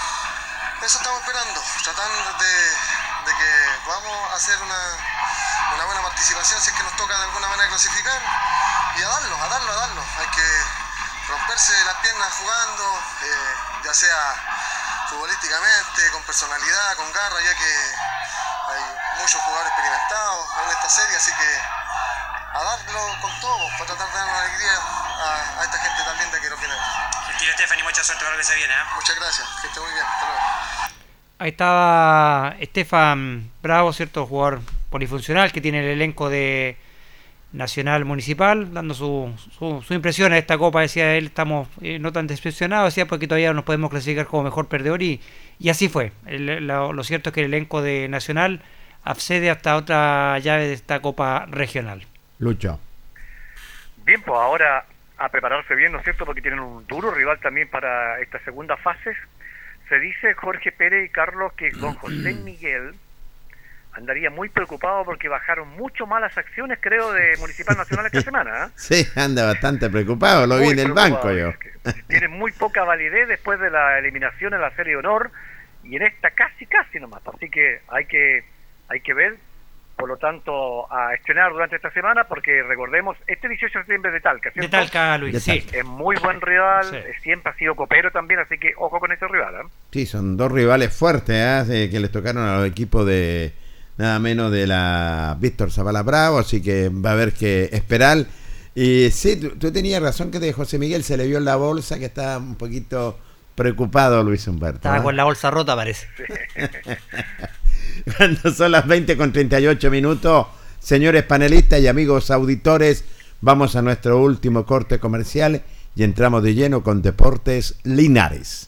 Eso estamos esperando, tratando de, de que podamos hacer una, una buena participación si es que nos toca de alguna manera clasificar y a darlo, a darlo, a darlo. Hay que romperse las piernas jugando, eh, ya sea futbolísticamente, con personalidad, con garra, ya que hay muchos jugadores experimentados en esta serie, así que a darlo con todo, para tratar de dar una alegría a, a esta gente tan linda que nos viene a ver. Gentil Estefan, y mucha suerte para lo que se viene, ¿eh? Muchas gracias, que esté muy bien, hasta luego. Ahí estaba Estefan Bravo, cierto, jugador polifuncional que tiene el elenco de Nacional Municipal, dando su, su, su impresión a esta Copa. Decía él, estamos eh, no tan decepcionados, decía, porque todavía nos podemos clasificar como mejor perdedor, y, y así fue. El, lo, lo cierto es que el elenco de Nacional accede hasta otra llave de esta Copa Regional. Lucho. Bien, pues ahora a prepararse bien, ¿no es cierto? Porque tienen un duro rival también para esta segunda fase. Se dice, Jorge Pérez y Carlos, que don José Miguel andaría muy preocupado porque bajaron mucho más las acciones, creo, de Municipal Nacional esta semana. ¿eh? Sí, anda bastante preocupado, lo muy vi en el banco yo. Tiene muy poca validez después de la eliminación en la Serie Honor y en esta casi, casi nomás. Así que hay que, hay que ver, por lo tanto, a estrenar durante esta semana, porque recordemos, este dieciocho de septiembre de Talca, ¿cierto? De Talca, Luis, de sí. Talca. Es muy buen rival, Sí. siempre ha sido copero también, así que ojo con ese rival. ¿eh? Sí, son dos rivales fuertes, ¿eh? que les tocaron a los equipos de nada menos de la Víctor Zavala Bravo, así que va a haber que esperar. Y sí, tú, tú tenías razón que de José Miguel se le vio en la bolsa que estaba un poquito preocupado, Luis Humberto. Estaba ¿eh? con la bolsa rota, parece. Cuando son las veinte con treinta y ocho minutos, señores panelistas y amigos auditores, vamos a nuestro último corte comercial y entramos de lleno con Deportes Linares.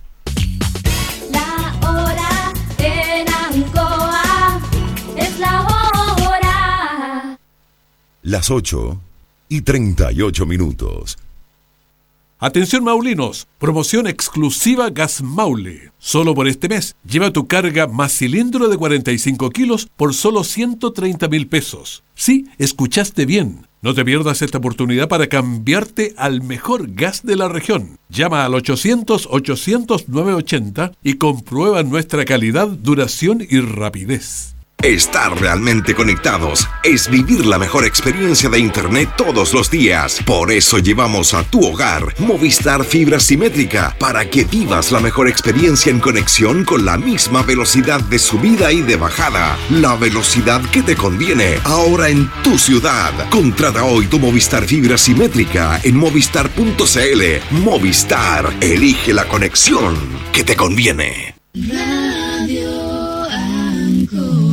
La hora en Ancoa es la hora. Las ocho y treinta y ocho minutos. Atención maulinos, promoción exclusiva Gas Maule. Solo por este mes, lleva tu carga más cilindro de cuarenta y cinco kilos por solo ciento treinta mil pesos. Sí, escuchaste bien. No te pierdas esta oportunidad para cambiarte al mejor gas de la región. Llama al ochocientos, ochocientos, novecientos ochenta y comprueba nuestra calidad, duración y rapidez. Estar realmente conectados es vivir la mejor experiencia de Internet todos los días. Por eso llevamos a tu hogar Movistar Fibra Simétrica, para que vivas la mejor experiencia en conexión con la misma velocidad de subida y de bajada. La velocidad que te conviene ahora en tu ciudad. Contrata hoy tu Movistar Fibra Simétrica en movistar punto cl. Movistar, elige la conexión que te conviene. Radio Ancoa.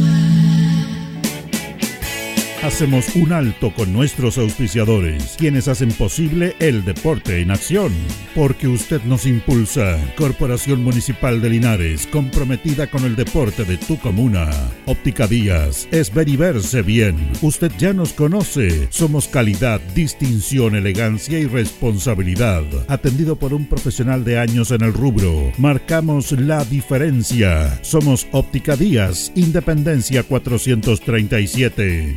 Hacemos un alto con nuestros auspiciadores, quienes hacen posible el deporte en acción. Porque usted nos impulsa. Corporación Municipal de Linares, comprometida con el deporte de tu comuna. Óptica Díaz, es ver y verse bien. Usted ya nos conoce. Somos calidad, distinción, elegancia y responsabilidad. Atendido por un profesional de años en el rubro. Marcamos la diferencia. Somos Óptica Díaz, Independencia cuatrocientos treinta y siete. Lubricantes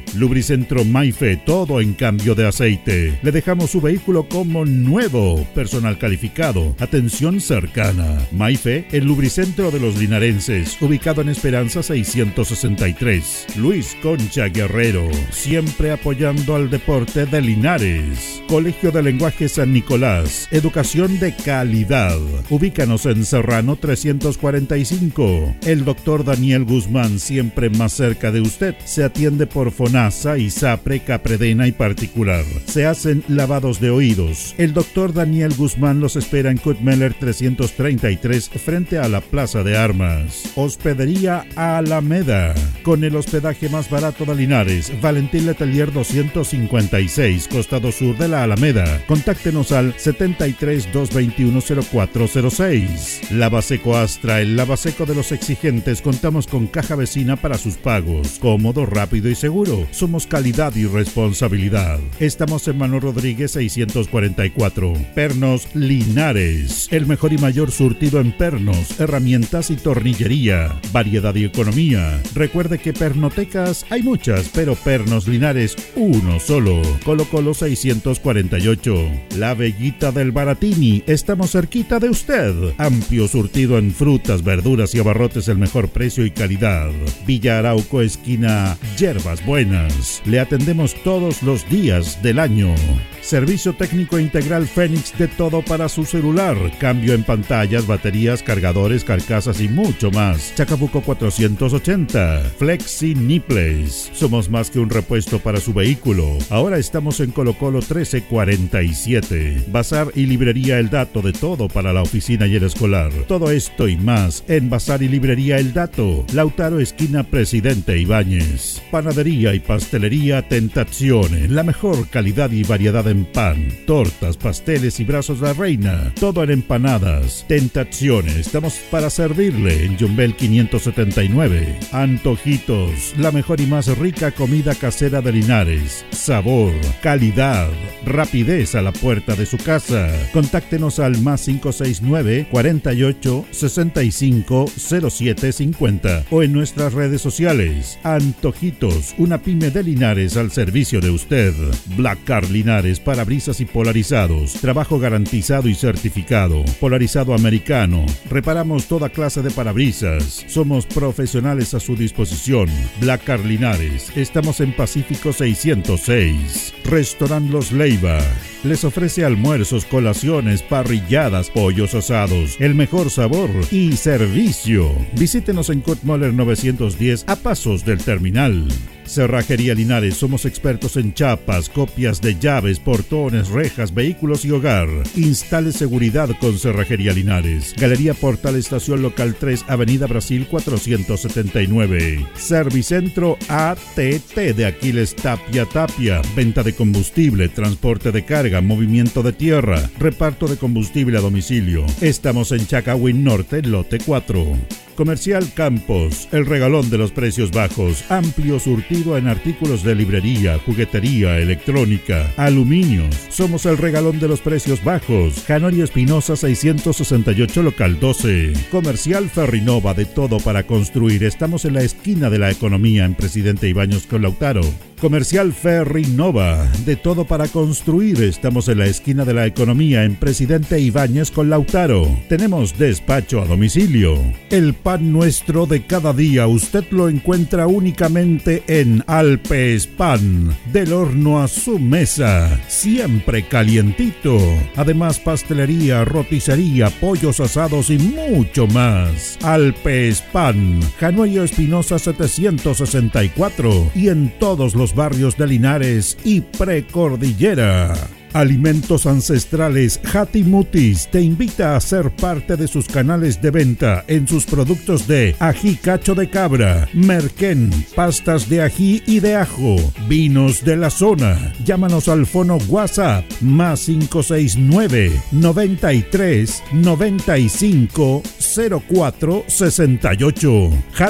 Lubricentro Maife, todo en cambio de aceite. Le dejamos su vehículo como nuevo, personal calificado, atención cercana. Maife, el lubricentro de los linarenses, ubicado en Esperanza seiscientos sesenta y tres. Luis Concha Guerrero, siempre apoyando al deporte de Linares. Colegio de Lenguaje San Nicolás, educación de calidad. Ubícanos en Serrano trescientos cuarenta y cinco. El doctor Daniel Guzmán, siempre más cerca de usted. Se atiende por FONASA, ISAPRE, Capredena y particular. Se hacen lavados de oídos. El doctor Daniel Guzmán los espera en Kutmeller trescientos treinta y tres frente a la Plaza de Armas. Hospedería Alameda, con el hospedaje más barato de Linares. Valentín Letelier doscientos cincuenta y seis, costado sur de la Alameda. Contáctenos al setenta y tres, doscientos veintiuno, cero cuatro cero seis. Lavaseco Astra, el lavaseco de los exigentes. Contamos con caja vecina para sus pagos. Cómodo, rápido y seguro. Somos calidad y responsabilidad. Estamos en Manuel Rodríguez seiscientos cuarenta y cuatro. Pernos Linares, el mejor y mayor surtido en pernos, herramientas y tornillería. Variedad y economía. Recuerde que pernotecas hay muchas, pero Pernos Linares uno solo. Colo Colo seiscientos cuarenta y ocho. La Bellita del Baratini, estamos cerquita de usted. Amplio surtido en frutas, verduras y abarrotes, el mejor precio y calidad. Villa Arauco, esquina Yerbas Buenas. Le atendemos todos los días del año. Servicio técnico integral Fénix, de todo para su celular. Cambio en pantallas, baterías, cargadores, carcasas y mucho más. Chacabuco cuatrocientos ochenta. Flexi Nipples. Somos más que un repuesto para su vehículo. Ahora estamos en Colo Colo trece cuarenta y siete. Bazar y librería El Dato, de todo para la oficina y el escolar. Todo esto y más en Bazar y librería El Dato. Lautaro, esquina Presidente Ibáñez. Panadería y pastelería Tentazione. La mejor calidad y variedad en pan, tortas, pasteles y brazos de la reina. Todo en empanadas. Tentazione, estamos para servirle en Yumbel quinientos setenta y nueve. Antojitos, la mejor y más rica comida casera de Linares. Sabor, calidad, rapidez a la puerta de su casa. Contáctenos al más cinco seis nueve, cuarenta y ocho, sesenta y cinco, cero siete cincuenta o en nuestras redes sociales. Antojitos, una pyme de Linares al servicio de usted. Black Car Linares, parabrisas y polarizados. Trabajo garantizado y certificado. Polarizado americano. Reparamos toda clase de parabrisas. Somos profesionales a su disposición. Black Car Linares. Estamos en Pacífico seiscientos seis. Restaurant Los Leiva les ofrece almuerzos, colaciones, parrilladas, pollos asados, el mejor sabor y servicio. Visítenos en Kutmoller novecientos diez, a pasos del terminal. Cerrajería Linares, somos expertos en chapas, copias de llaves, portones, rejas, vehículos y hogar. Instale seguridad con Cerrajería Linares. Galería Portal, estación local tres, Avenida Brasil cuatrocientos setenta y nueve. Servicentro A T T de Aquiles Tapia Tapia. Venta de combustible, transporte de carga, movimiento de tierra, reparto de combustible a domicilio. Estamos en Chacawin Norte, lote cuatro. Comercial Campos, el regalón de los precios bajos. Amplio surtido en artículos de librería, juguetería, electrónica, aluminios. Somos el regalón de los precios bajos. Janorio Espinosa seiscientos sesenta y ocho, local doce. Comercial Ferrinova, de todo para construir. Estamos en la esquina de la economía en Presidente Ibáñez con Lautaro. Comercial Ferrinova, de todo para construir. Estamos en la esquina de la economía en Presidente Ibáñez con Lautaro. Tenemos despacho a domicilio. El pan nuestro de cada día usted lo encuentra únicamente en Alpes Pan. Del horno a su mesa, siempre calientito. Además, pastelería, roticería, pollos asados y mucho más. Alpes Pan, Januario Espinosa setecientos sesenta y cuatro, y en todos los barrios de Linares y Precordillera. Alimentos Ancestrales Hatimutis te invita a ser parte de sus canales de venta en sus productos de ají cacho de cabra, merquén, pastas de ají y de ajo, vinos de la zona. Llámanos al fono WhatsApp más cinco seis nueve, noventa y tres, noventa y cinco, cero cuatro sesenta y ocho.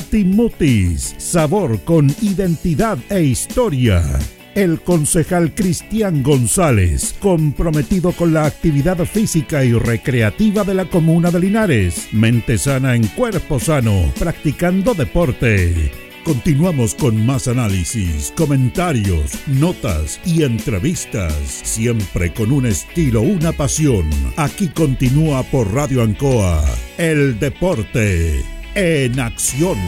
Hatimutis, sabor con identidad e historia. El concejal Cristian González, comprometido con la actividad física y recreativa de la comuna de Linares. Mente sana en cuerpo sano, practicando deporte. Continuamos con más análisis, comentarios, notas y entrevistas, siempre con un estilo, una pasión. Aquí continúa por Radio Ancoa, el deporte en acción.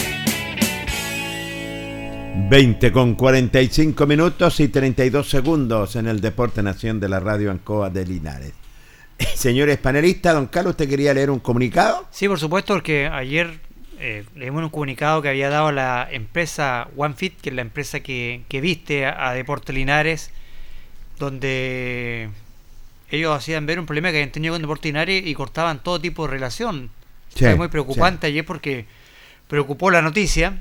veinte con cuarenta y cinco minutos y treinta y dos segundos en el Deporte Nación de la Radio Ancoa de Linares. Señores panelistas, don Carlos, ¿usted quería leer un comunicado? Sí, por supuesto, porque ayer eh, leímos un comunicado que había dado la empresa OneFit, que es la empresa que, que viste a, a Deporte Linares, donde ellos hacían ver un problema que habían tenido con Deporte Linares y cortaban todo tipo de relación. Sí, es muy preocupante sí. Ayer porque preocupó la noticia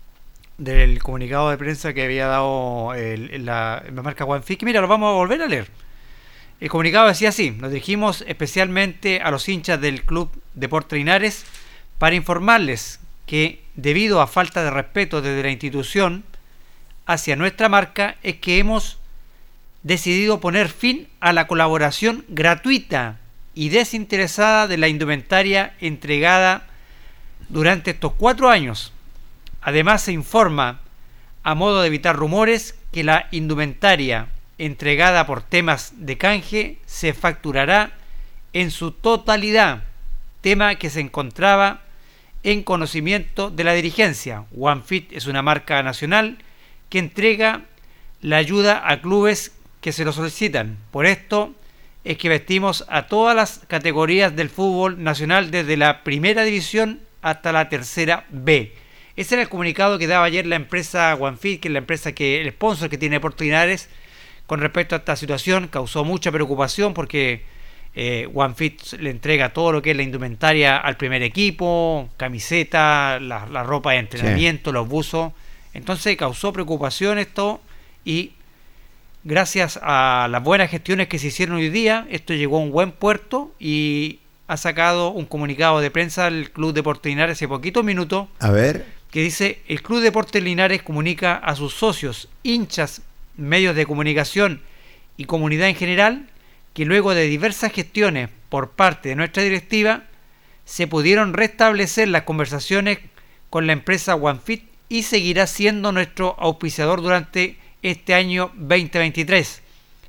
del comunicado de prensa que había dado el, la, la marca OneFit, que mira, lo vamos a volver a leer. El comunicado decía así: nos dirigimos especialmente a los hinchas del Club Deporte Linares para informarles que, debido a falta de respeto desde la institución hacia nuestra marca, es que hemos decidido poner fin a la colaboración gratuita y desinteresada de la indumentaria entregada durante estos cuatro años. Además, se informa, a modo de evitar rumores, que la indumentaria entregada por temas de canje se facturará en su totalidad, tema que se encontraba en conocimiento de la dirigencia. OneFit es una marca nacional que entrega la ayuda a clubes que se lo solicitan. Por esto es que vestimos a todas las categorías del fútbol nacional, desde la primera división hasta la tercera B. Ese era el comunicado que daba ayer la empresa OneFit, que es la empresa que el sponsor que tiene Deportes Linares. Con respecto a esta situación, causó mucha preocupación porque eh, OneFit le entrega todo lo que es la indumentaria al primer equipo, camiseta, la, la ropa de entrenamiento, sí. los buzos. Entonces causó preocupación esto, y gracias a las buenas gestiones que se hicieron hoy día, esto llegó a un buen puerto y ha sacado un comunicado de prensa al Club Deportes Linares hace poquitos minutos. A ver. Que dice: el Club Deportes Linares comunica a sus socios, hinchas, medios de comunicación y comunidad en general, que luego de diversas gestiones por parte de nuestra directiva se pudieron restablecer las conversaciones con la empresa OneFit y seguirá siendo nuestro auspiciador durante este año veinte veintitrés.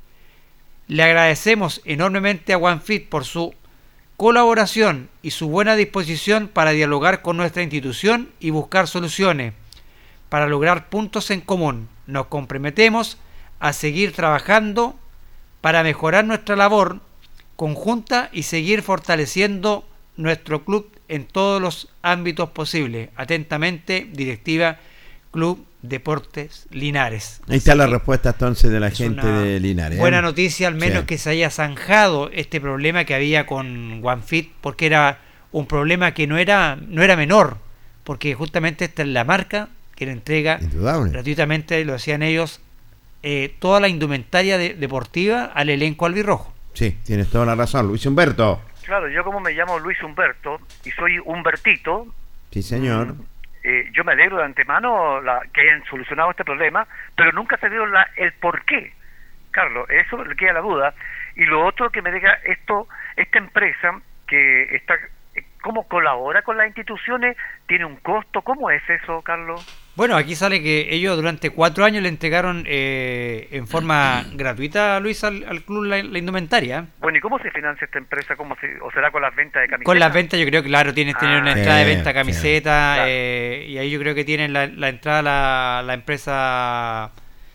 Le agradecemos enormemente a OneFit por su colaboración y su buena disposición para dialogar con nuestra institución y buscar soluciones para lograr puntos en común. Nos comprometemos a seguir trabajando para mejorar nuestra labor conjunta y seguir fortaleciendo nuestro club en todos los ámbitos posibles. Atentamente, directiva Club Deportes Linares. Ahí está la respuesta entonces de la gente de Linares. Buena noticia, al menos, sí. que se haya zanjado este problema que había con OneFit, porque era un problema que no era, no era menor, porque justamente esta es la marca que le entrega Indudable. gratuitamente, lo decían ellos, eh, toda la indumentaria de, deportiva al elenco albirrojo. Sí, tienes toda la razón, Luis Humberto. Claro, yo como me llamo Luis Humberto y soy Humbertito. Sí, señor. Eh, yo me alegro de antemano la, que hayan solucionado este problema, pero nunca se dio la, el por qué. Carlos, eso le queda la duda. Y lo otro que me diga esto, esta empresa que está, ¿cómo colabora con las instituciones? ¿Tiene un costo? ¿Cómo es eso, Carlos? Bueno, aquí sale que ellos durante cuatro años le entregaron eh, en forma gratuita, Luis, al, al club la, la indumentaria. Bueno, ¿y cómo se financia esta empresa? ¿Cómo se, ¿O será con las ventas de camisetas? Con las ventas, yo creo que, claro, tienen, ah, tienen una entrada de sí, venta de camiseta, sí, claro. eh, y ahí yo creo que tienen la, la entrada la, la empresa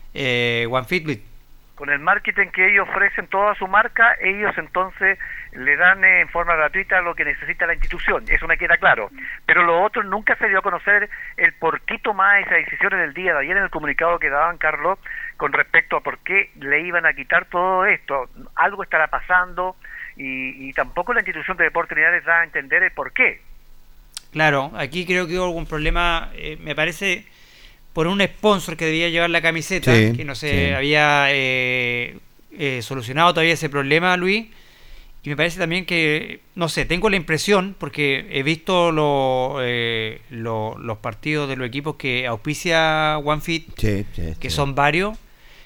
eh, OneFit. Con el marketing que ellos ofrecen toda su marca, ellos entonces le dan eh, en forma gratuita lo que necesita la institución, eso me queda claro. Pero lo otro, nunca se dio a conocer el por qué tomar esas decisiones del día de ayer en el comunicado que daban, Carlos, con respecto a por qué le iban a quitar todo esto. Algo estará pasando y, y tampoco la institución de Deportes Linares da a entender el por qué. Claro, aquí creo que hubo algún problema, eh, me parece, por un sponsor que debía llevar la camiseta, sí, que no se sí. había eh, eh, solucionado todavía ese problema, Luis. Y me parece también que, no sé, tengo la impresión, porque he visto lo, eh, lo, los partidos de los equipos que auspicia OneFit, sí, sí, que sí. son varios,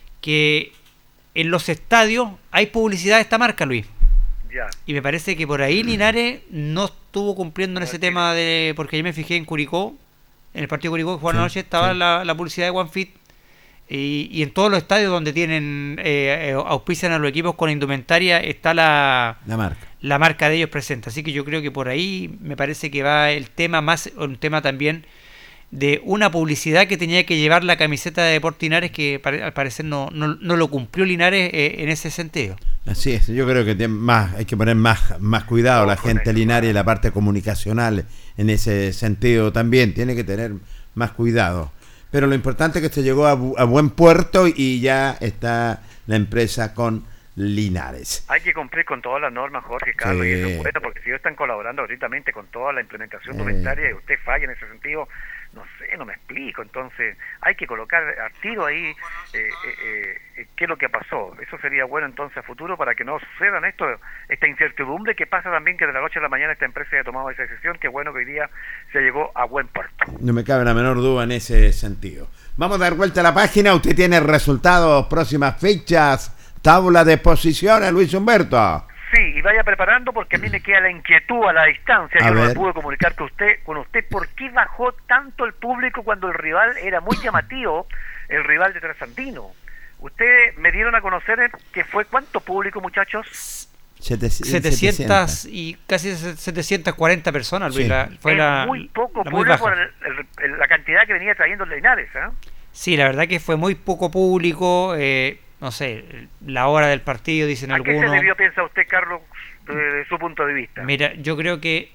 que en los estadios hay publicidad de esta marca, Luis. Ya. Y me parece que por ahí Linares no estuvo cumpliendo en ese tema, de porque yo me fijé en Curicó, en el partido Curicó que jugaron Sí, anoche estaba sí. la, la publicidad de OneFit. Y, y en todos los estadios donde tienen eh, auspician a los equipos con indumentaria está la, La marca. la marca de ellos presente. Así que yo creo que por ahí me parece que va el tema, más un tema también de una publicidad que tenía que llevar la camiseta de Deportes Linares, que pare- al parecer no, no, no lo cumplió Linares eh, en ese sentido. Así es, yo creo que tiene más, hay que poner más, más cuidado la gente Linares y la parte comunicacional en ese sentido también, tiene que tener más cuidado. Pero lo importante es que se llegó a, bu- a buen puerto y ya está la empresa con Linares. Hay que cumplir con todas las normas, Jorge, Carlos, Sí. y eso es bueno, porque si ellos están colaborando ahorita con toda la implementación Sí. documentaria y usted falla en ese sentido, no sé, no me explico. Entonces, hay que colocar a tiro ahí eh, eh, eh, qué es lo que pasó. Eso sería bueno entonces a futuro para que no sucedan esto, esta incertidumbre que pasa también que de la noche a la mañana esta empresa haya tomado esa decisión, que bueno que hoy día se llegó a buen puerto. No me cabe la menor duda en ese sentido. Vamos a dar vuelta a la página, usted tiene resultados, próximas fechas, tabla de posiciones, Luis Humberto. Sí, y vaya preparando porque a mí me queda la inquietud a la distancia. A Yo no me ver. pude comunicar con usted, con usted por qué bajó tanto el público cuando el rival era muy llamativo, el rival de Trasandino. Usted me dieron a conocer que fue cuánto público, muchachos. setecientas y casi setecientas cuarenta personas, Luis. Sí. La, fue es la, muy poco la muy público baja. por el- el- el- la cantidad que venía trayendo el Linares, ¿eh? Sí, la verdad que fue muy poco público. Eh, no sé, la hora del partido, dicen ¿A qué algunos. se debió, piensa usted, Carlos, desde su punto de vista? Mira, yo creo que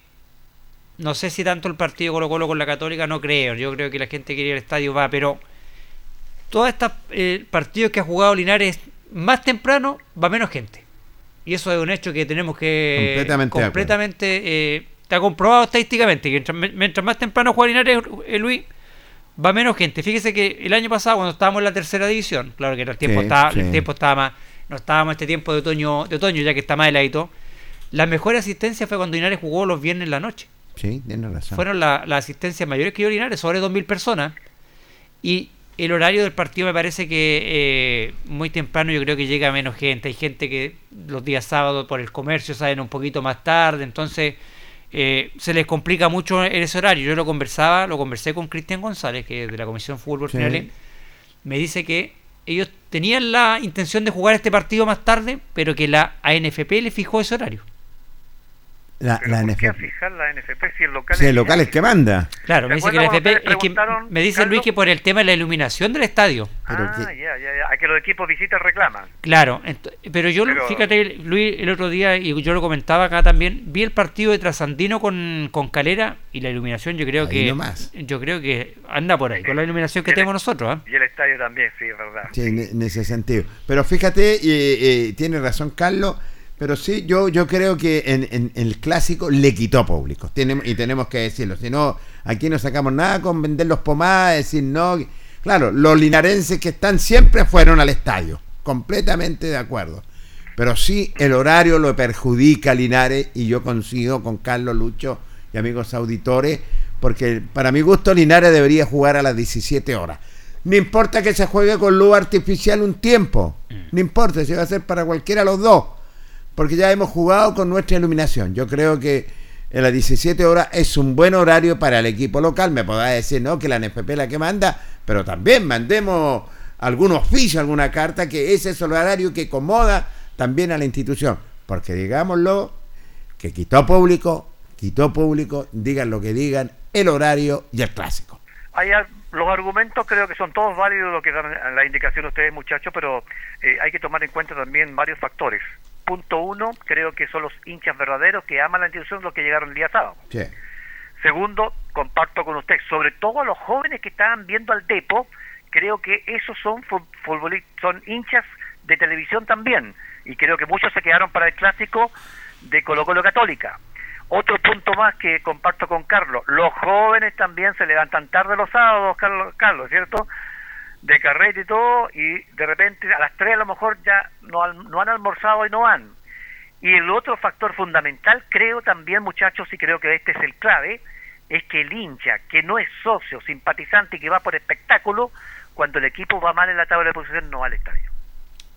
no sé si tanto el partido Colo Colo con la Católica, no creo. Yo creo que la gente que quiere ir al estadio va, pero todos estos eh, partidos que ha jugado Linares más temprano va menos gente. Y eso es un hecho que tenemos que Completamente de completamente eh, está comprobado estadísticamente que mientras, mientras más temprano juega Linares, eh, Luis, va menos gente. Fíjese que el año pasado cuando estábamos en la tercera división, claro que el tiempo Sí, estaba, sí. el tiempo estaba más, no estábamos en este tiempo de otoño, de otoño ya que está más heladito. La mejor asistencia fue cuando Linares jugó los viernes en la noche. Sí, tiene razón. Fueron la- las asistencias mayores que dio Linares, sobre dos mil personas. Y el horario del partido me parece que eh, muy temprano yo creo que llega menos gente. Hay gente que los días sábados por el comercio salen un poquito más tarde, entonces eh, se les complica mucho en ese horario. Yo lo conversaba, lo conversé con Cristian González, que es de la Comisión Fútbol Sí. Finales. Me dice que ellos tenían la intención de jugar este partido más tarde, pero que la A N F P le fijó ese horario. La, la ¿Por qué N F P. fijar la N F P si el local Sí, es el local es que manda. Claro, me ¿Se dice que la acuerdan F P cuando es que ustedes preguntaron, me dice Carlos? Luis que por el tema de la iluminación del estadio. Pero ah, que- ya, ya, ya, a que los equipos visitas reclaman. Claro, ent- pero yo, Pero- fíjate, Luis, el otro día, y yo lo comentaba acá también, vi el partido de Trasandino con, con Calera y la iluminación yo creo Ahí que nomás. yo creo que anda por ahí, con la iluminación que Y el- tenemos nosotros. ¿eh? Y el estadio también, sí, es verdad. Sí, en, en ese sentido. Pero fíjate, eh, eh, tiene razón Carlos, pero sí, yo yo creo que en, en el clásico le quitó público. Tenemos, y tenemos que decirlo. Si no, aquí no sacamos nada con vender los pomadas, decir no. Claro, los linarenses que están siempre fueron al estadio. Completamente de acuerdo. Pero sí, el horario lo perjudica a Linares y yo coincido con Carlos, Lucho y amigos auditores, porque para mi gusto Linares debería jugar a las diecisiete horas. No importa que se juegue con luz artificial un tiempo, no importa, si va a ser para cualquiera de los dos, porque ya hemos jugado con nuestra iluminación. Yo creo que a las diecisiete horas es un buen horario para el equipo local. Me podrá decir, no, que la N F P es la que manda, pero también mandemos algún oficio, alguna carta, que ese es el horario que acomoda también a la institución. Porque digámoslo, que quitó público, quitó público, digan lo que digan, el horario y el clásico. Hay al- los argumentos creo que son todos válidos lo que dan la indicación de ustedes, muchachos, pero eh, hay que tomar en cuenta también varios factores. Punto uno, creo que son los hinchas verdaderos que aman la institución los que llegaron el día sábado. Sí. Segundo, comparto con usted, sobre todo a los jóvenes que estaban viendo al Depo, creo que esos son fu- futboli- son hinchas de televisión también, y creo que muchos se quedaron para el clásico de Colo Colo Católica. Otro punto más que comparto con Carlos, los jóvenes también se levantan tarde los sábados, Carlos, Carlos, ¿cierto? De carrete y todo, y de repente a las tres a lo mejor ya no, al- no han almorzado y no van. Y el otro factor fundamental, creo también, muchachos, y creo que este es el clave, es que el hincha, que no es socio, simpatizante y que va por espectáculo, cuando el equipo va mal en la tabla de posición, no va al estadio.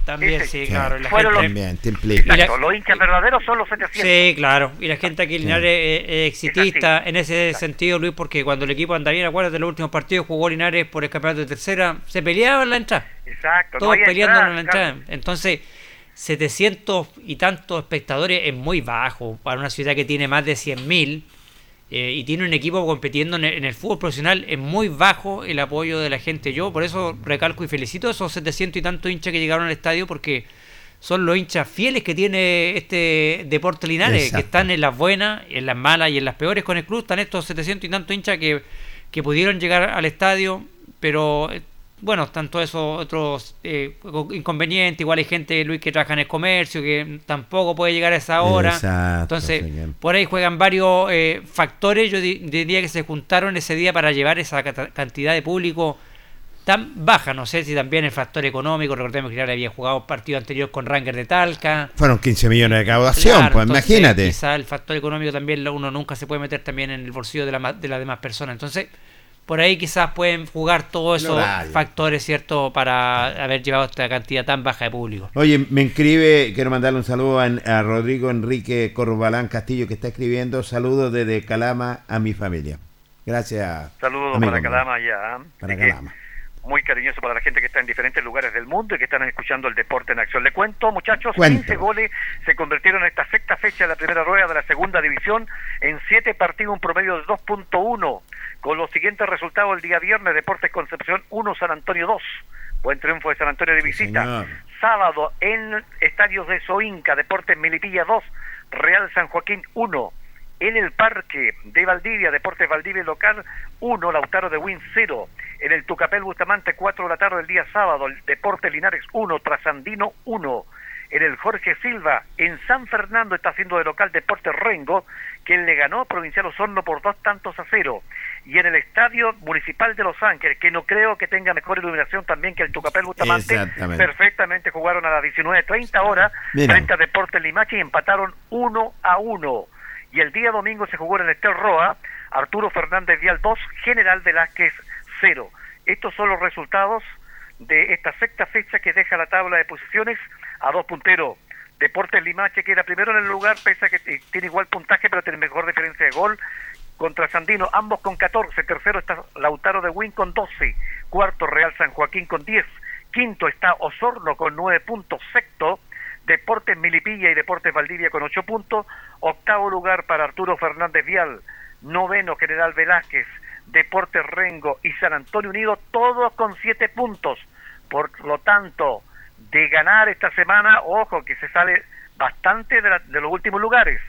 También, Ese. sí, claro. La Fueron gente... los, También, te implica. exacto, los hinchas verdaderos son los setecientos. Sí, claro. Y la gente aquí en Linares es, es exitista Es así. en ese Exacto. sentido, Luis, porque cuando el equipo anda bien, acuérdate, de los últimos partidos jugó Linares por el campeonato de tercera, se peleaba en la entrada. Exacto. no Todos había peleando entrada, en la entrada. claro. Entonces, setecientos y tantos espectadores es muy bajo para una ciudad que tiene más de cien mil. Eh, y tiene un equipo compitiendo en el, en el fútbol profesional, es muy bajo el apoyo de la gente. Yo por eso recalco y felicito a esos setecientos y tantos hinchas que llegaron al estadio, porque son los hinchas fieles que tiene este Deporte Linares. Exacto. Que están en las buenas, en las malas y en las peores con el club. Están estos setecientos y tantos hinchas que, que pudieron llegar al estadio, pero eh, bueno, están todos esos otros eh, inconvenientes. Igual hay gente, Luis, que trabaja en el comercio, que tampoco puede llegar a esa hora. Exacto, Entonces, señor. por ahí juegan varios eh, factores. Yo di- diría que se juntaron ese día para llevar esa cata- cantidad de público tan baja. No sé si también el factor económico. Recordemos que Linares había jugado partido anterior con Ranger de Talca. Fueron quince millones de recaudación, Claro, pues entonces, imagínate. Quizá el factor económico también lo- uno nunca se puede meter también en el bolsillo de, la, ma- de las demás personas. Entonces, por ahí quizás pueden jugar todos El esos horario. factores, ¿cierto?, para haber llevado esta cantidad tan baja de público. Oye, me escribe, quiero mandarle un saludo a, a Rodrigo Enrique Corbalán Castillo, que está escribiendo: saludos desde Calama a mi familia. Gracias. Saludos amigo para mío. Calama ya. Para Así que, Calama. muy cariñoso para la gente que está en diferentes lugares del mundo y que están escuchando el deporte en acción. Le cuento, muchachos, Cuéntame. quince goles se convirtieron en esta sexta fecha de la primera rueda de la segunda división. En siete partidos, un promedio de dos punto uno. Con los siguientes resultados: el día viernes, Deportes Concepción uno, San Antonio dos. Buen triunfo de San Antonio de visita. señor. Sábado, en estadios de Soinca, Deportes Melipilla dos, Real San Joaquín uno. En el Parque de Valdivia, Deportes Valdivia local uno, Lautaro de Win cero. En el Tucapel Bustamante cuatro de la tarde el día sábado, el Deportes Linares uno, Trasandino uno. En el Jorge Silva, en San Fernando, está haciendo de local Deportes Rengo, quien le ganó a Provincial Osorno por dos tantos a cero. Y en el Estadio Municipal de Los Ángeles, que no creo que tenga mejor iluminación también que el Tucapel Bustamante, Exactamente. perfectamente jugaron a las diecinueve treinta horas Mira. frente a Deportes Limache y empataron uno a uno. Y el día domingo se jugó en el Estel Roa, Arturo Fernández Vial dos, General Velázquez cero. Estos son los resultados de esta sexta fecha que deja la tabla de posiciones a dos punteros. Deportes Limache queda primero en el lugar, pese a que eh, tiene igual puntaje, pero tiene mejor diferencia de gol contra Sandino, ambos con catorce. Tercero está Lautaro de Win con doce. Cuarto, Real San Joaquín con diez. Quinto está Osorno con nueve puntos. Sexto, Deportes Milipilla y Deportes Valdivia con ocho puntos. Octavo lugar para Arturo Fernández Vial. Noveno, General Velázquez, Deportes Rengo y San Antonio Unido, todos con siete puntos. Por lo tanto, de ganar esta semana, ojo que se sale bastante de, la, de los últimos lugares,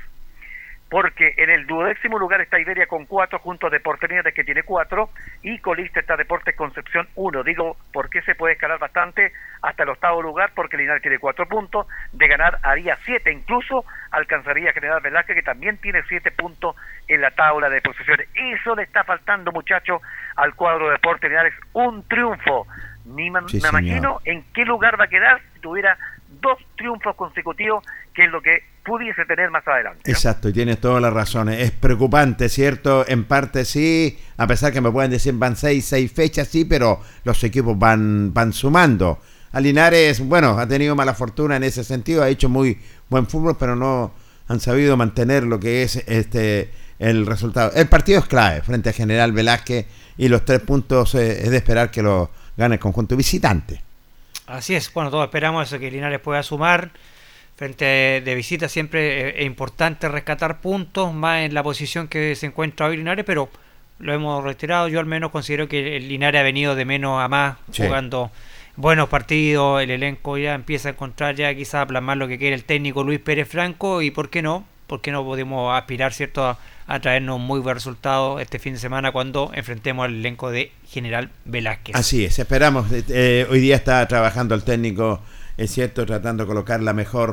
porque en el duodécimo lugar está Iberia con cuatro, junto a Deportes Linares, que tiene cuatro, y colista está Deportes Concepción uno. Digo, ¿por qué se puede escalar bastante hasta el octavo lugar? Porque Linares tiene cuatro puntos, de ganar haría siete, incluso alcanzaría General Velázquez, que también tiene siete puntos en la tabla de posiciones. Eso le está faltando, muchachos, al cuadro de Deportes Linares, un triunfo. Ni ma- Sí, me señor. imagino en qué lugar va a quedar si tuviera dos triunfos consecutivos, que es lo que pudiese tener más adelante, ¿no? Exacto, y tienes todas las razones. Es preocupante, ¿cierto? En parte sí, a pesar que me pueden decir van seis, seis fechas, sí, pero los equipos van, van sumando. A Linares, bueno, ha tenido mala fortuna en ese sentido, ha hecho muy buen fútbol, pero no han sabido mantener lo que es este el resultado. El partido es clave frente a General Velázquez y los tres puntos eh, es de esperar que lo gane el conjunto visitante. Así es, bueno, todos esperamos eso, que Linares pueda sumar. Frente de visita siempre es importante rescatar puntos, más en la posición que se encuentra hoy Linares, pero lo hemos retirado. Yo al menos considero que el Linares ha venido de menos a más, Sí. jugando buenos partidos. El elenco ya empieza a encontrar ya quizás a plasmar lo que quiere el técnico Luis Pérez Franco, y por qué no, por qué no podemos aspirar, cierto, a, a traernos un muy buen resultado este fin de semana cuando enfrentemos al elenco de General Velázquez. Así es, esperamos. Eh, hoy día está trabajando el técnico, es cierto, tratando de colocar la mejor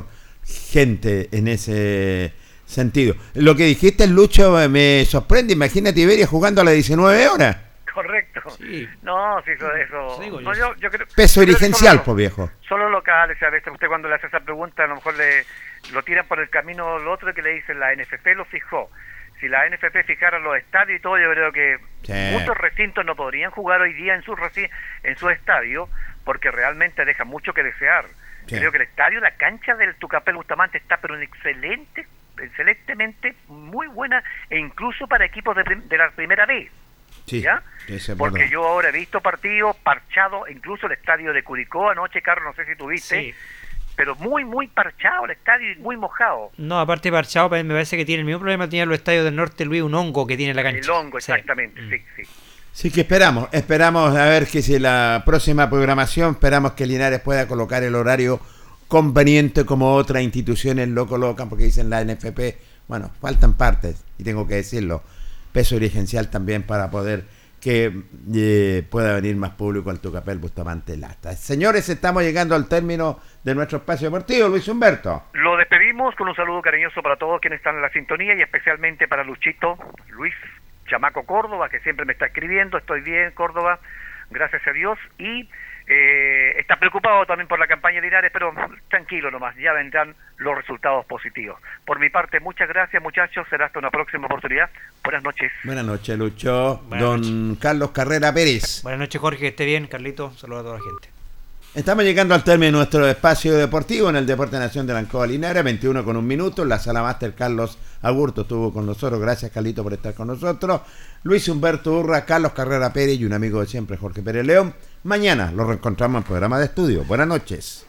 gente en ese sentido. Lo que dijiste, Lucho, me sorprende. Imagínate Iberia jugando a las diecinueve horas. Correcto. Sí. No, sí, eso, eso. digo no, yo. yo, yo creo, Peso creo que dirigencial, solo- pues viejo. Solo locales, a veces usted cuando le hace esa pregunta, a lo mejor le lo tiran por el camino lo otro que le dicen la N F P lo fijó. Si la N F P fijara los estadios y todo, yo creo que Sí. muchos recintos no podrían jugar hoy día en su reci- en su estadio, porque realmente deja mucho que desear. Sí. Creo que el estadio, la cancha del Tucapel Bustamante está pero en excelente, excelentemente, muy buena, e incluso para equipos de, de la primera vez. Sí, ¿ya? Porque verdad. yo ahora he visto partidos parchados, incluso el estadio de Curicó anoche, Carlos, no sé si tuviste, sí. pero muy, muy parchado el estadio y muy mojado. No, aparte parchado, me parece que tiene el mismo problema que tienen los estadios del norte, Luis, un hongo que tiene la cancha. El hongo, exactamente, sí, sí. sí. Sí, que esperamos, esperamos a ver que si la próxima programación, esperamos que Linares pueda colocar el horario conveniente como otras instituciones lo colocan, porque dicen la N F P, bueno, faltan partes, y tengo que decirlo, peso dirigencial también para poder que eh, pueda venir más público al Tucapel Bustamante Lastra. Señores, estamos llegando al término de nuestro espacio deportivo. Luis Humberto. Lo despedimos con un saludo cariñoso para todos quienes están en la sintonía y especialmente para Luchito, Luis Chamaco Córdoba, que siempre me está escribiendo. Estoy bien, Córdoba, gracias a Dios, y eh, está preocupado también por la campaña de Linares, pero tranquilo nomás, ya vendrán los resultados positivos. Por mi parte, muchas gracias, muchachos, será hasta una próxima oportunidad. Buenas noches. Buenas noches, Lucho. Buenas Don noches. Carlos Carrera Pérez. Buenas noches, Jorge, que esté bien. Carlito, saludos a toda la gente. Estamos llegando al término de nuestro espacio deportivo en el Deporte Nación de la Ancoa Linares, veintiuno con un minuto. La sala máster Carlos Agurto estuvo con nosotros. Gracias, Carlito, por estar con nosotros. Luis Humberto Urra, Carlos Carrera Pérez y un amigo de siempre, Jorge Pérez León. Mañana lo reencontramos en el programa de estudio. Buenas noches.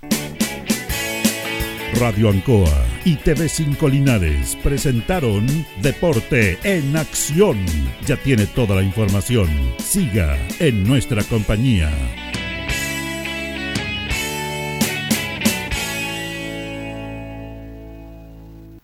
Radio Ancoa y T V cinco Linares presentaron Deporte en Acción. Ya tiene toda la información. Siga en nuestra compañía.